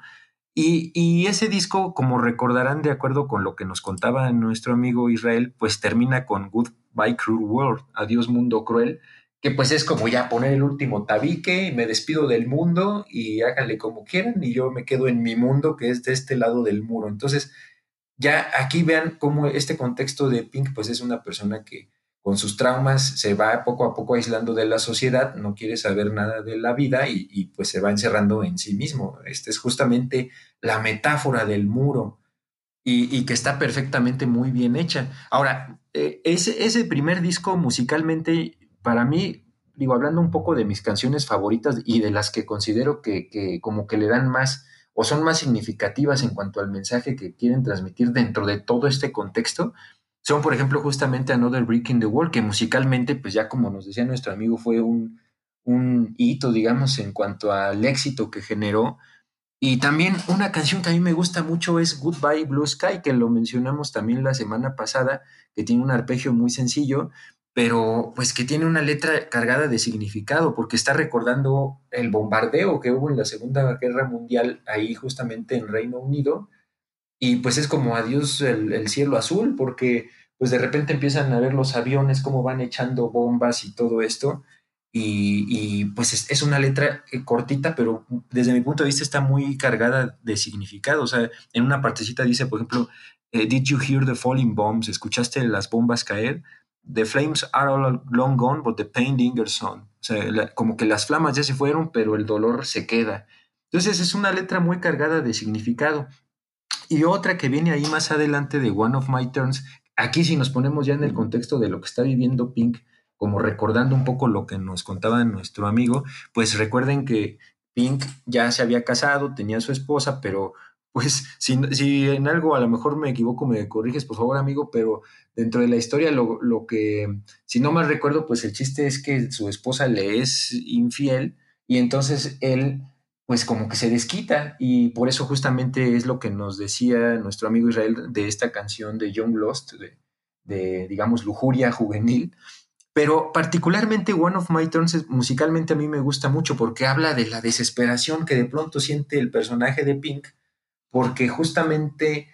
E: Y ese disco, como recordarán de acuerdo con lo que nos contaba nuestro amigo Israel, pues termina con Goodbye Cruel World, Adiós Mundo Cruel, que pues es como ya poner el último tabique y me despido del mundo y háganle como quieran y yo me quedo en mi mundo que es de este lado del muro. Entonces, ya aquí vean cómo este contexto de Pink pues es una persona que con sus traumas se va poco a poco aislando de la sociedad, no quiere saber nada de la vida pues se va encerrando en sí mismo. Este es justamente la metáfora del muro y que está perfectamente muy bien hecha. Ahora, ese primer disco musicalmente, para mí, digo, hablando un poco de mis canciones favoritas y de las que considero que como que le dan más o son más significativas en cuanto al mensaje que quieren transmitir dentro de todo este contexto, son, por ejemplo, justamente Another Brick in the Wall, que musicalmente, pues ya como nos decía nuestro amigo, fue un hito, digamos, en cuanto al éxito que generó Y también una canción que a mí me gusta mucho es Goodbye Blue Sky, que lo mencionamos también la semana pasada, que tiene un arpegio muy sencillo, pero pues que tiene una letra cargada de significado, porque está recordando el bombardeo que hubo en la Segunda Guerra Mundial ahí justamente en Reino Unido, y pues es como adiós el cielo azul, porque pues de repente empiezan a ver los aviones, cómo van echando bombas y todo esto, y pues es una letra cortita, pero desde mi punto de vista está muy cargada de significado. O sea, en una partecita dice, por ejemplo, Did you hear the falling bombs? ¿Escuchaste las bombas caer? The flames are all long gone, but the pain lingers on. O sea, como que las flamas ya se fueron, pero el dolor se queda. Entonces es una letra muy cargada de significado. Y otra que viene ahí más adelante de One of My Turns, aquí si nos ponemos ya en el contexto de lo que está viviendo Pink, como recordando un poco lo que nos contaba nuestro amigo, pues recuerden que Pink ya se había casado, tenía a su esposa, pero pues si en algo a lo mejor me equivoco, me corriges por favor amigo, pero dentro de la historia lo que, si no mal recuerdo, pues el chiste es que su esposa le es infiel y entonces él pues como que se desquita y por eso justamente es lo que nos decía nuestro amigo Israel de esta canción de Young Lost, digamos lujuria juvenil, pero particularmente One of My Turns musicalmente a mí me gusta mucho porque habla de la desesperación que de pronto siente el personaje de Pink, porque justamente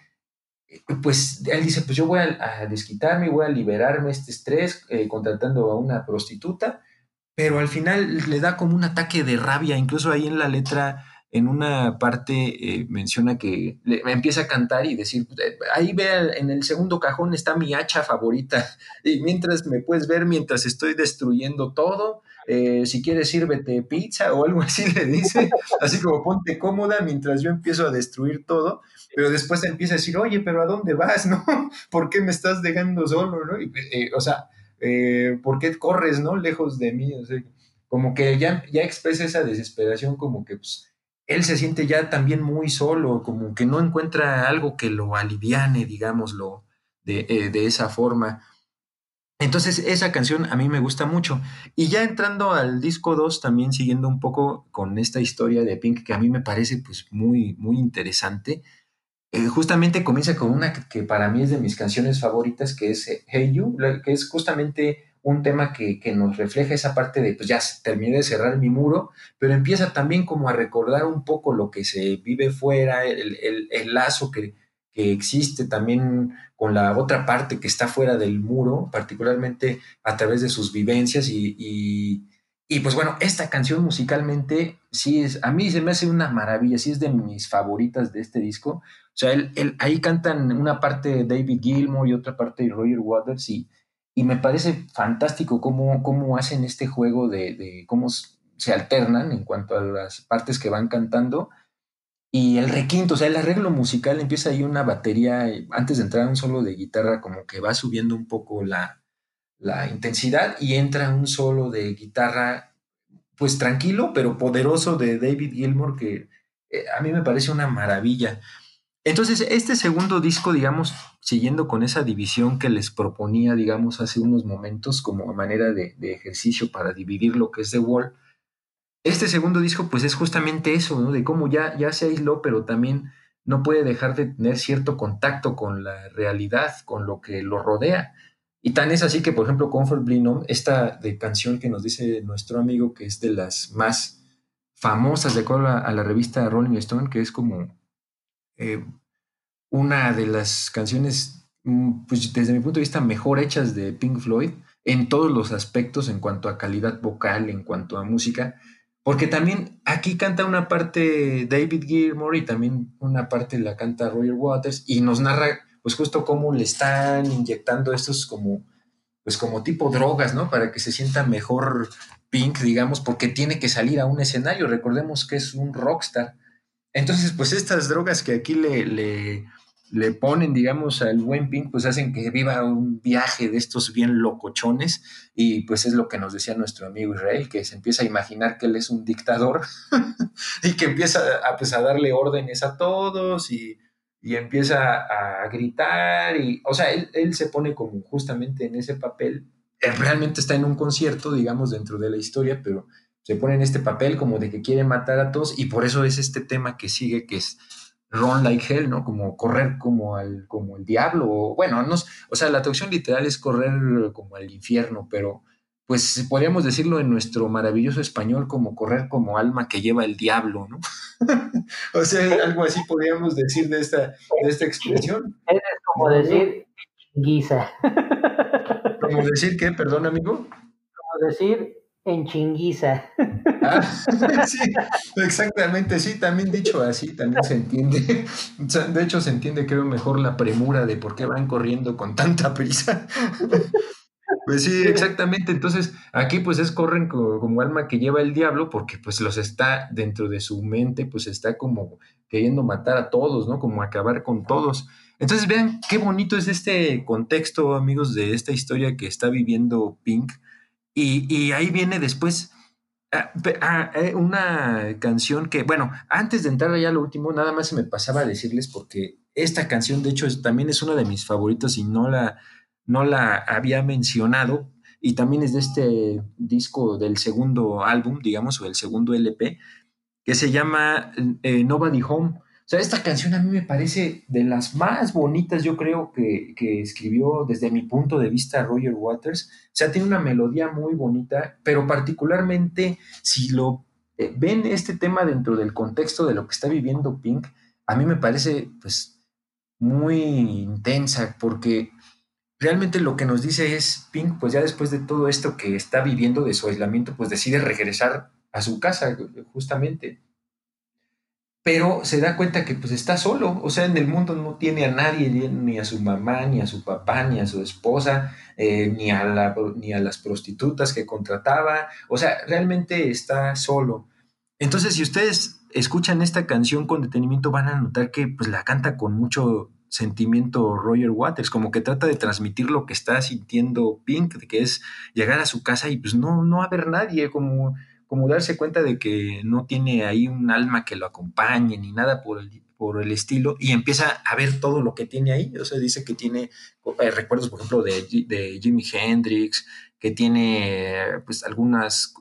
E: pues él dice, pues yo voy a desquitarme, voy a liberarme este estrés contratando a una prostituta, pero al final le da como un ataque de rabia, incluso ahí en la letra, en una parte menciona que empieza a cantar y decir, ahí ve en el segundo cajón está mi hacha favorita, y mientras me puedes ver mientras estoy destruyendo todo, si quieres sírvete pizza o algo así le dice, así como ponte cómoda mientras yo empiezo a destruir todo, pero después empieza a decir, oye, pero ¿a dónde vas, no? ¿Por qué me estás dejando solo, no? Y, o sea, ¿por qué corres, no? Lejos de mí, o sea, como que ya expresa esa desesperación, como que pues, él se siente ya también muy solo, como que no encuentra algo que lo aliviane, digámoslo, de esa forma. Entonces, esa canción a mí me gusta mucho. Y ya entrando al disco 2 también siguiendo un poco con esta historia de Pink, que a mí me parece pues muy, muy interesante. Justamente comienza con una que para mí es de mis canciones favoritas, que es Hey You, que es justamente un tema que nos refleja esa parte de, pues ya terminé de cerrar mi muro, pero empieza también como a recordar un poco lo que se vive fuera, el lazo que existe también con la otra parte que está fuera del muro, particularmente a través de sus vivencias y pues bueno, esta canción musicalmente sí es, a mí se me hace una maravilla, sí es de mis favoritas de este disco. O sea, ahí cantan una parte David Gilmour y otra parte Roger Waters y me parece fantástico cómo hacen este juego de cómo se alternan en cuanto a las partes que van cantando y el requinto, o sea, el arreglo musical empieza ahí una batería, antes de entrar a un solo de guitarra como que va subiendo un poco la intensidad y entra un solo de guitarra pues tranquilo pero poderoso de David Gilmour que a mí me parece una maravilla. Entonces, este segundo disco, digamos, siguiendo con esa división que les proponía, digamos, hace unos momentos como manera de ejercicio para dividir lo que es The Wall, este segundo disco pues es justamente eso, ¿no? De cómo ya se aisló, pero también no puede dejar de tener cierto contacto con la realidad, con lo que lo rodea. Y tan es así que, por ejemplo, Comfortably Numb, esta de canción que nos dice nuestro amigo que es de las más famosas de acuerdo a la revista Rolling Stone, que es como eh, una de las canciones, pues desde mi punto de vista, mejor hechas de Pink Floyd en todos los aspectos, en cuanto a calidad vocal, en cuanto a música, porque también aquí canta una parte David Gilmour y también una parte la canta Roger Waters y nos narra pues justo cómo le están inyectando estos como pues como tipo drogas, ¿no? Para que se sienta mejor Pink, digamos, porque tiene que salir a un escenario. Recordemos que es un rockstar. Entonces, pues estas drogas que aquí le ponen, digamos, al buen Pink, pues hacen que viva un viaje de estos bien locochones y pues es lo que nos decía nuestro amigo Israel, que se empieza a imaginar que él es un dictador y que empieza pues, a darle órdenes a todos y empieza a gritar y, o sea, él se pone como justamente en ese papel. Realmente está en un concierto, digamos, dentro de la historia, pero se pone en este papel como de que quiere matar a todos y por eso es este tema que sigue, que es run like hell, ¿no? Como correr como el diablo, o, bueno, no, o sea, la traducción literal es correr como al infierno, pero pues podríamos decirlo en nuestro maravilloso español como correr como alma que lleva el diablo, ¿no? O sea, algo así podríamos decir de esta expresión.
F: Es como
E: ¿No?
F: decir guisa.
E: Como decir que, perdón, amigo.
F: Como decir en chinguiza.
E: Ah, sí, exactamente, sí, también dicho así, también se entiende. O sea, de hecho, se entiende, creo, mejor la premura de por qué van corriendo con tanta prisa. Pues sí, exactamente. Entonces, aquí pues es corren como alma que lleva el diablo, porque pues los está dentro de su mente, pues está como queriendo matar a todos, ¿no? Como acabar con todos. Entonces, vean qué bonito es este contexto, amigos, de esta historia que está viviendo Pink. Y ahí viene después una canción que, bueno, antes de entrar ya a lo último, nada más se me pasaba a decirles porque esta canción, de hecho, también es una de mis favoritos y no la había mencionado. Y también es de este disco del segundo álbum, digamos, o del segundo LP, que se llama Nobody Home. O sea, esta canción a mí me parece de las más bonitas, yo creo, que escribió desde mi punto de vista Roger Waters. O sea, tiene una melodía muy bonita, pero particularmente si lo ven este tema dentro del contexto de lo que está viviendo Pink, a mí me parece pues muy intensa, porque realmente lo que nos dice es Pink, pues ya después de todo esto que está viviendo de su aislamiento, pues decide regresar a su casa, justamente, pero se da cuenta que pues está solo, o sea, en el mundo no tiene a nadie, ni a su mamá, ni a su papá, ni a su esposa, ni a las prostitutas que contrataba, o sea, realmente está solo. Entonces, si ustedes escuchan esta canción con detenimiento, van a notar que pues la canta con mucho sentimiento Roger Waters, como que trata de transmitir lo que está sintiendo Pink, de que es llegar a su casa y pues no haber nadie, como darse cuenta de que no tiene ahí un alma que lo acompañe ni nada por el estilo, y empieza a ver todo lo que tiene ahí. O sea, dice que tiene recuerdos, por ejemplo, de Jimi Hendrix, que tiene pues algunas,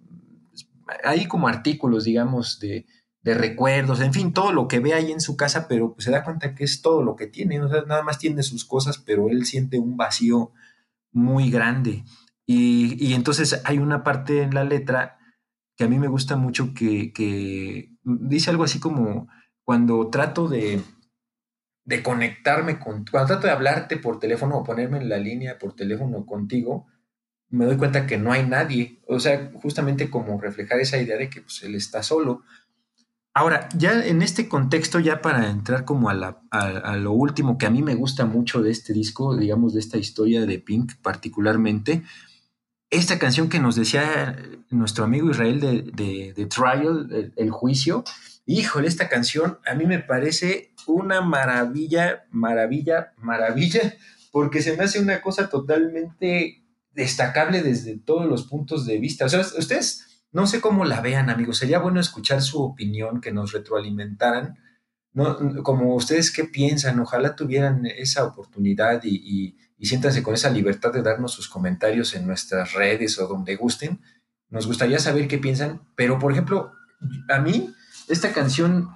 E: ahí como artículos, digamos, de recuerdos, en fin, todo lo que ve ahí en su casa, pero pues se da cuenta que es todo lo que tiene. O sea, nada más tiene sus cosas, pero él siente un vacío muy grande. Y entonces hay una parte en la letra que a mí me gusta mucho que dice algo así como cuando trato de conectarme cuando trato de hablarte por teléfono o ponerme en la línea por teléfono contigo, me doy cuenta que no hay nadie. O sea, justamente como reflejar esa idea de que pues, él está solo. Ahora, ya en este contexto, ya para entrar como a lo último que a mí me gusta mucho de este disco, digamos, de esta historia de Pink particularmente, esta canción que nos decía nuestro amigo Israel de Trial, el juicio, híjole, esta canción a mí me parece una maravilla, maravilla, maravilla, porque se me hace una cosa totalmente destacable desde todos los puntos de vista. O sea, ustedes no sé cómo la vean, amigos, sería bueno escuchar su opinión, que nos retroalimentaran, ¿no? Como ustedes qué piensan, ojalá tuvieran esa oportunidad y siéntanse con esa libertad de darnos sus comentarios en nuestras redes o donde gusten. Nos gustaría saber qué piensan, pero por ejemplo, a mí esta canción,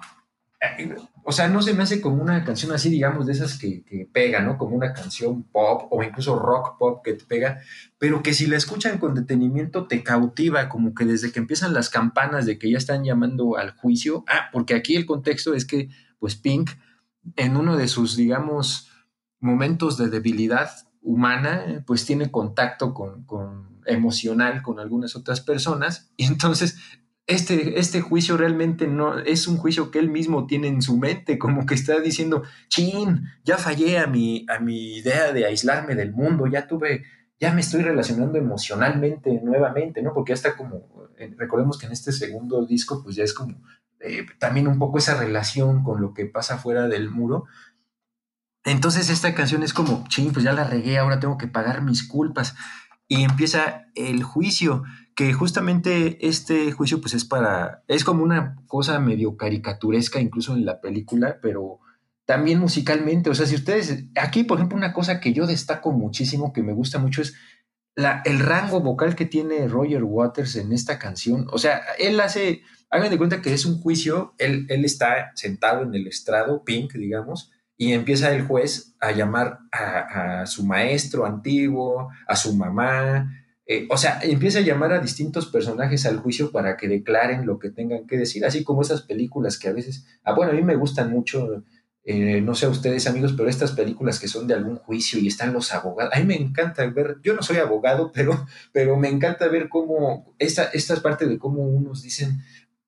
E: o sea, no se me hace como una canción así, digamos, de esas que pega, ¿no? Como una canción pop o incluso rock pop que te pega, pero que si la escuchan con detenimiento te cautiva, como que desde que empiezan las campanas de que ya están llamando al juicio, porque aquí el contexto es que, pues Pink, en uno de sus, digamos, momentos de debilidad humana, pues tiene contacto con emocional con algunas otras personas, y entonces este juicio realmente no es un juicio que él mismo tiene en su mente, como que está diciendo, chin, ya fallé a mi idea de aislarme del mundo, ya me estoy relacionando emocionalmente nuevamente, ¿no? Porque ya está como, recordemos que en este segundo disco, pues ya es como también un poco esa relación con lo que pasa fuera del muro. Entonces esta canción es como, ching, pues ya la regué, ahora tengo que pagar mis culpas. Y empieza el juicio, que justamente este juicio pues es como una cosa medio caricaturesca incluso en la película, pero también musicalmente. O sea, si ustedes, aquí por ejemplo una cosa que yo destaco muchísimo, que me gusta mucho es el rango vocal que tiene Roger Waters en esta canción, o sea, hagan de cuenta que es un juicio, él está sentado en el estrado, Pink, digamos, y empieza el juez a llamar a su maestro antiguo, a su mamá, o sea, empieza a llamar a distintos personajes al juicio para que declaren lo que tengan que decir, así como esas películas que a veces, bueno, a mí me gustan mucho, no sé a ustedes amigos, pero estas películas que son de algún juicio y están los abogados, a mí me encanta ver, yo no soy abogado, pero me encanta ver cómo, esta es parte de cómo unos dicen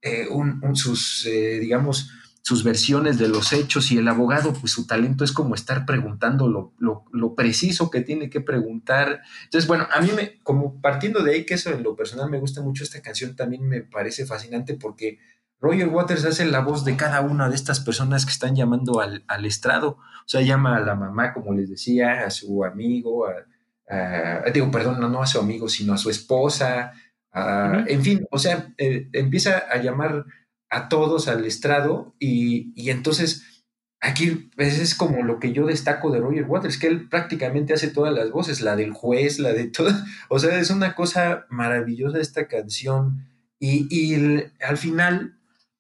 E: digamos, sus versiones de los hechos y el abogado, pues su talento es como estar preguntando lo preciso que tiene que preguntar. Entonces, bueno, a mí como partiendo de ahí, que eso en lo personal me gusta mucho esta canción, también me parece fascinante porque Roger Waters hace la voz de cada una de estas personas que están llamando al estrado. O sea, llama a la mamá, como les decía, a su amigo, perdón, no a su amigo, sino a su esposa, en fin, o sea, empieza a llamar a todos al estrado y entonces aquí pues, es como lo que yo destaco de Roger Waters, que él prácticamente hace todas las voces, la del juez, la de todo, o sea, es una cosa maravillosa esta canción al final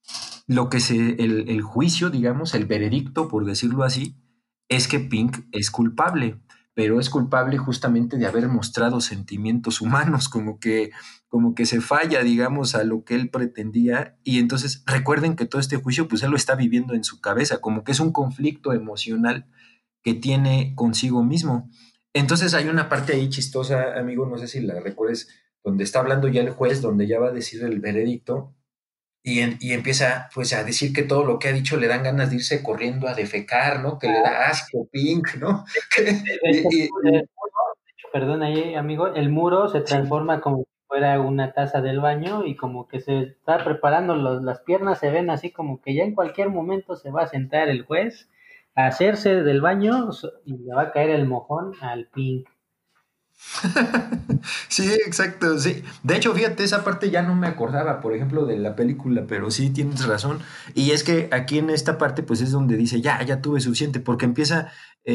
E: el juicio, digamos, el veredicto, por decirlo así, es que Pink es culpable, pero es culpable justamente de haber mostrado sentimientos humanos, como que se falla, digamos, a lo que él pretendía. Y entonces recuerden que todo este juicio, pues él lo está viviendo en su cabeza, como que es un conflicto emocional que tiene consigo mismo. Entonces hay una parte ahí chistosa, amigo, no sé si la recuerdes, donde está hablando ya el juez, donde ya va a decir el veredicto y empieza pues a decir que todo lo que ha dicho le dan ganas de irse corriendo a defecar, ¿no? Que le da asco, Pink, ¿no?
F: Perdón ahí, amigo, el muro se transforma como si fuera una taza del baño y como que se está preparando, las piernas se ven así como que ya en cualquier momento se va a sentar el juez a hacerse del baño y le va a caer el mojón al Pink.
E: Sí, exacto, sí. De hecho, fíjate, esa parte ya no me acordaba, por ejemplo, de la película, pero sí tienes razón. Y es que aquí en esta parte, pues es donde dice, ya tuve suficiente, porque empieza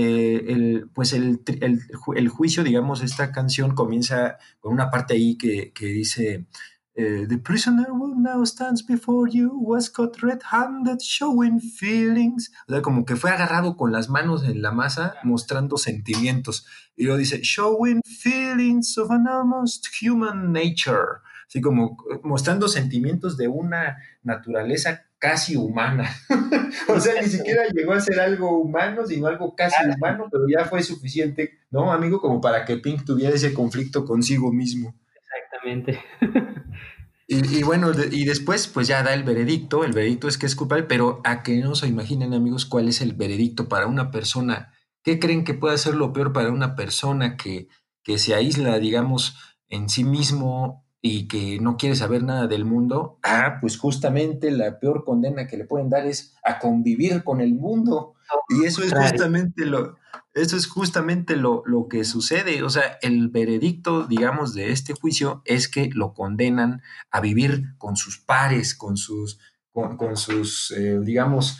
E: el juicio, digamos, esta canción comienza con una parte ahí que dice, The prisoner who now stands before you was caught red-handed showing feelings. O sea, como que fue agarrado con las manos en la masa mostrando sentimientos. Y luego dice, showing feelings of an almost human nature. Así como mostrando sentimientos de una naturaleza casi humana. O sea, ni siquiera llegó a ser algo humano, sino algo casi humano, pero ya fue suficiente, ¿no, amigo? Como para que Pink tuviera ese conflicto consigo mismo.
F: Exactamente.
E: Y bueno, y después pues ya da el veredicto es que es culpable, pero a que no se imaginen amigos cuál es el veredicto para una persona. ¿Qué creen que puede ser lo peor para una persona que se aísla, digamos, en sí mismo y que no quiere saber nada del mundo? Pues justamente la peor condena que le pueden dar es a convivir con el mundo. Y eso es justamente lo que sucede. O sea, el veredicto, digamos, de este juicio es que lo condenan a vivir con sus pares, con sus digamos,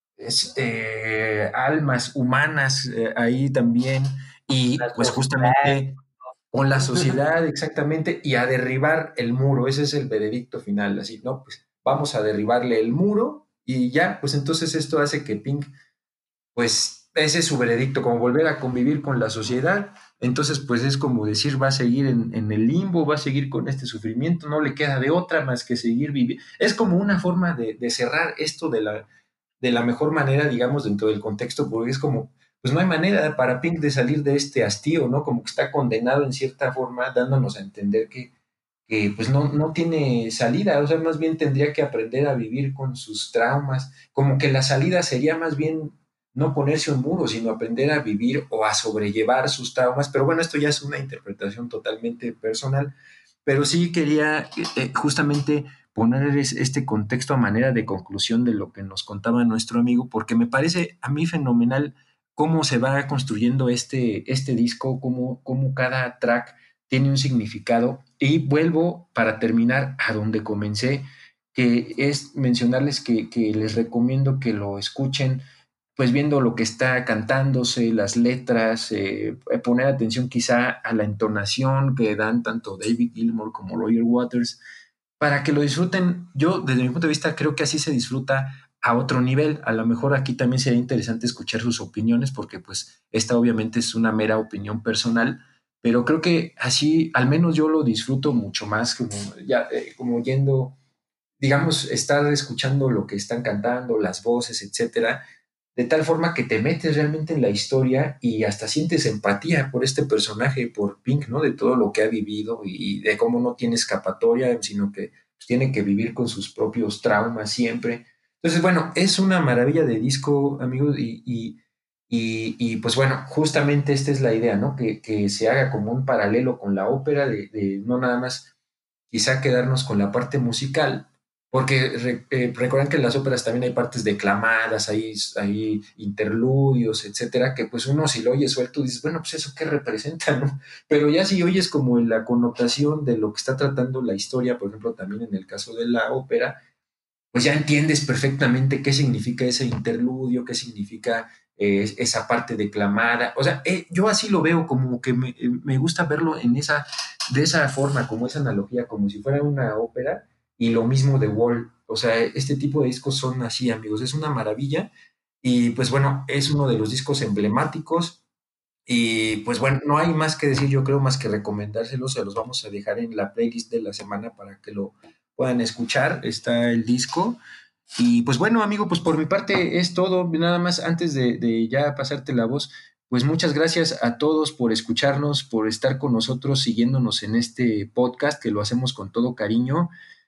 E: almas humanas ahí también, y pues justamente con la sociedad, exactamente, y a derribar el muro. Ese es el veredicto final, así, ¿no? Pues vamos a derribarle el muro y ya, pues entonces esto hace que Pink, pues ese es su veredicto, como volver a convivir con la sociedad. Entonces, pues es como decir, va a seguir en el limbo, va a seguir con este sufrimiento, no le queda de otra más que seguir viviendo. Es como una forma de cerrar esto de la mejor manera, digamos, dentro del contexto, porque es como, pues no hay manera para Pink de salir de este hastío, ¿no? Como que está condenado en cierta forma, dándonos a entender que pues no tiene salida, o sea, más bien tendría que aprender a vivir con sus traumas, como que la salida sería más bien no ponerse un muro, sino aprender a vivir o a sobrellevar sus traumas, pero bueno, esto ya es una interpretación totalmente personal, pero sí quería justamente poner este contexto a manera de conclusión de lo que nos contaba nuestro amigo, porque me parece a mí fenomenal cómo se va construyendo este disco, cómo cada track tiene un significado. Y vuelvo para terminar a donde comencé, que es mencionarles que les recomiendo que lo escuchen pues viendo lo que está cantándose, las letras, poner atención quizá a la entonación que dan tanto David Gilmour como Roger Waters, para que lo disfruten. Yo, desde mi punto de vista, creo que así se disfruta a otro nivel. A lo mejor aquí también sería interesante escuchar sus opiniones, porque pues esta obviamente es una mera opinión personal, pero creo que así, al menos yo lo disfruto mucho más, como, ya, como yendo, digamos, estar escuchando lo que están cantando, las voces, etcétera, de tal forma que te metes realmente en la historia y hasta sientes empatía por este personaje, por Pink, ¿no? De todo lo que ha vivido y de cómo no tiene escapatoria, sino que pues, tiene que vivir con sus propios traumas siempre. Entonces, bueno, es una maravilla de disco, amigos, y pues bueno, justamente esta es la idea, ¿no? Que se haga como un paralelo con la ópera, de no nada más quizá quedarnos con la parte musical, porque recuerdan que en las óperas también hay partes declamadas, hay interludios, etcétera, que pues uno si lo oye suelto dices, bueno, pues eso qué representa, ¿no? Pero ya si oyes como en la connotación de lo que está tratando la historia, por ejemplo, también en el caso de la ópera, pues ya entiendes perfectamente qué significa ese interludio, qué significa esa parte declamada. O sea, yo así lo veo, como que me gusta verlo de esa forma, como esa analogía, como si fuera una ópera, y lo mismo de Wall. O sea, este tipo de discos son así, amigos, es una maravilla. Y pues bueno, es uno de los discos emblemáticos. Y pues bueno, no hay más que decir, yo creo, más que recomendárselos, se los vamos a dejar en la playlist de la semana para que lo puedan escuchar, está el disco. Y pues bueno, amigo, pues por mi parte es todo, nada más antes de ya pasarte la voz, pues muchas gracias a todos por escucharnos, por estar con nosotros, siguiéndonos en este podcast, que lo hacemos con todo cariño.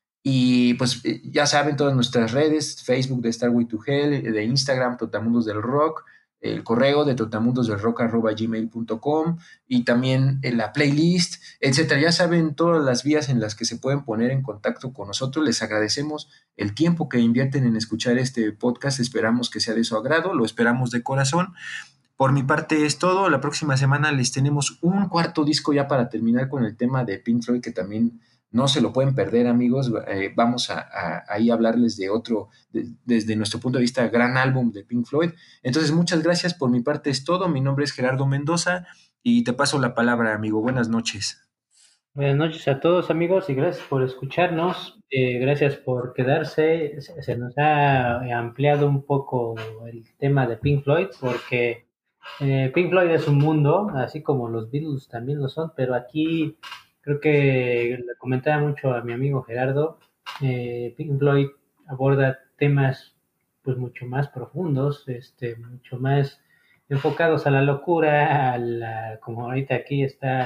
E: Y pues ya saben todas nuestras redes, Facebook de Starway to Hell, de Instagram Trotamundos del Rock, el correo de trotamundosdelrock@gmail.com y también en la playlist, etcétera. Ya saben todas las vías en las que se pueden poner en contacto con nosotros. Les agradecemos el tiempo que invierten en escuchar este podcast. Esperamos que sea de su agrado, lo esperamos de corazón. Por mi parte es todo. La próxima semana les tenemos un cuarto disco ya para terminar con el tema de Pink Floyd, que también no se lo pueden perder, amigos. Vamos a ahí hablarles de otro, desde nuestro punto de vista, gran álbum de Pink Floyd. Entonces, muchas gracias. Por mi parte es todo. Mi nombre es Gerardo Mendoza y te paso la palabra, amigo. Buenas noches.
F: Buenas noches a todos amigos y gracias por escucharnos, gracias por quedarse. Se nos ha ampliado un poco el tema de Pink Floyd porque Pink Floyd es un mundo, así como los Beatles también lo son, pero aquí creo que le comentaba mucho a mi amigo Gerardo, Pink Floyd aborda temas pues mucho más profundos, mucho más enfocados a la locura, como ahorita aquí está,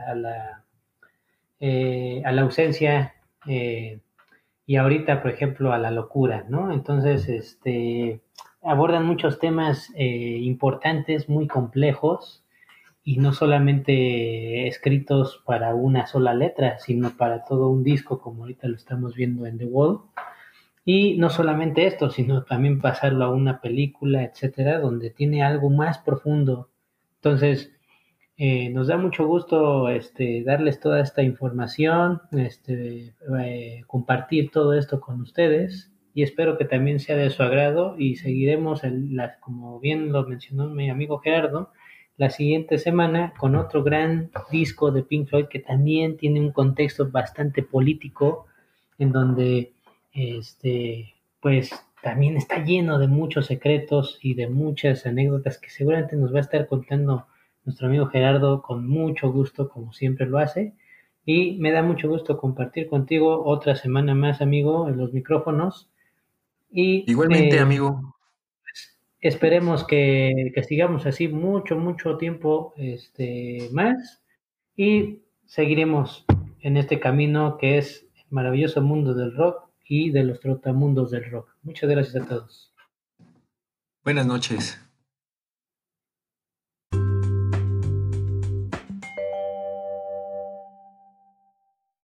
F: a la ausencia y ahorita, por ejemplo, a la locura, ¿no? Entonces, abordan muchos temas importantes, muy complejos y no solamente escritos para una sola letra, sino para todo un disco, como ahorita lo estamos viendo en The Wall. Y no solamente esto, sino también pasarlo a una película, etcétera, donde tiene algo más profundo. Entonces, nos da mucho gusto darles toda esta información, compartir todo esto con ustedes y espero que también sea de su agrado y seguiremos, como bien lo mencionó mi amigo Gerardo, la siguiente semana con otro gran disco de Pink Floyd que también tiene un contexto bastante político en donde pues también está lleno de muchos secretos y de muchas anécdotas que seguramente nos va a estar contando nuestro amigo Gerardo con mucho gusto, como siempre lo hace. Y me da mucho gusto compartir contigo otra semana más, amigo, en los micrófonos. Y
E: Igualmente, amigo.
F: esperemos que sigamos así mucho, mucho tiempo más. Y seguiremos en este camino que es el maravilloso mundo del rock y de los trotamundos del rock. Muchas gracias a todos.
E: Buenas noches.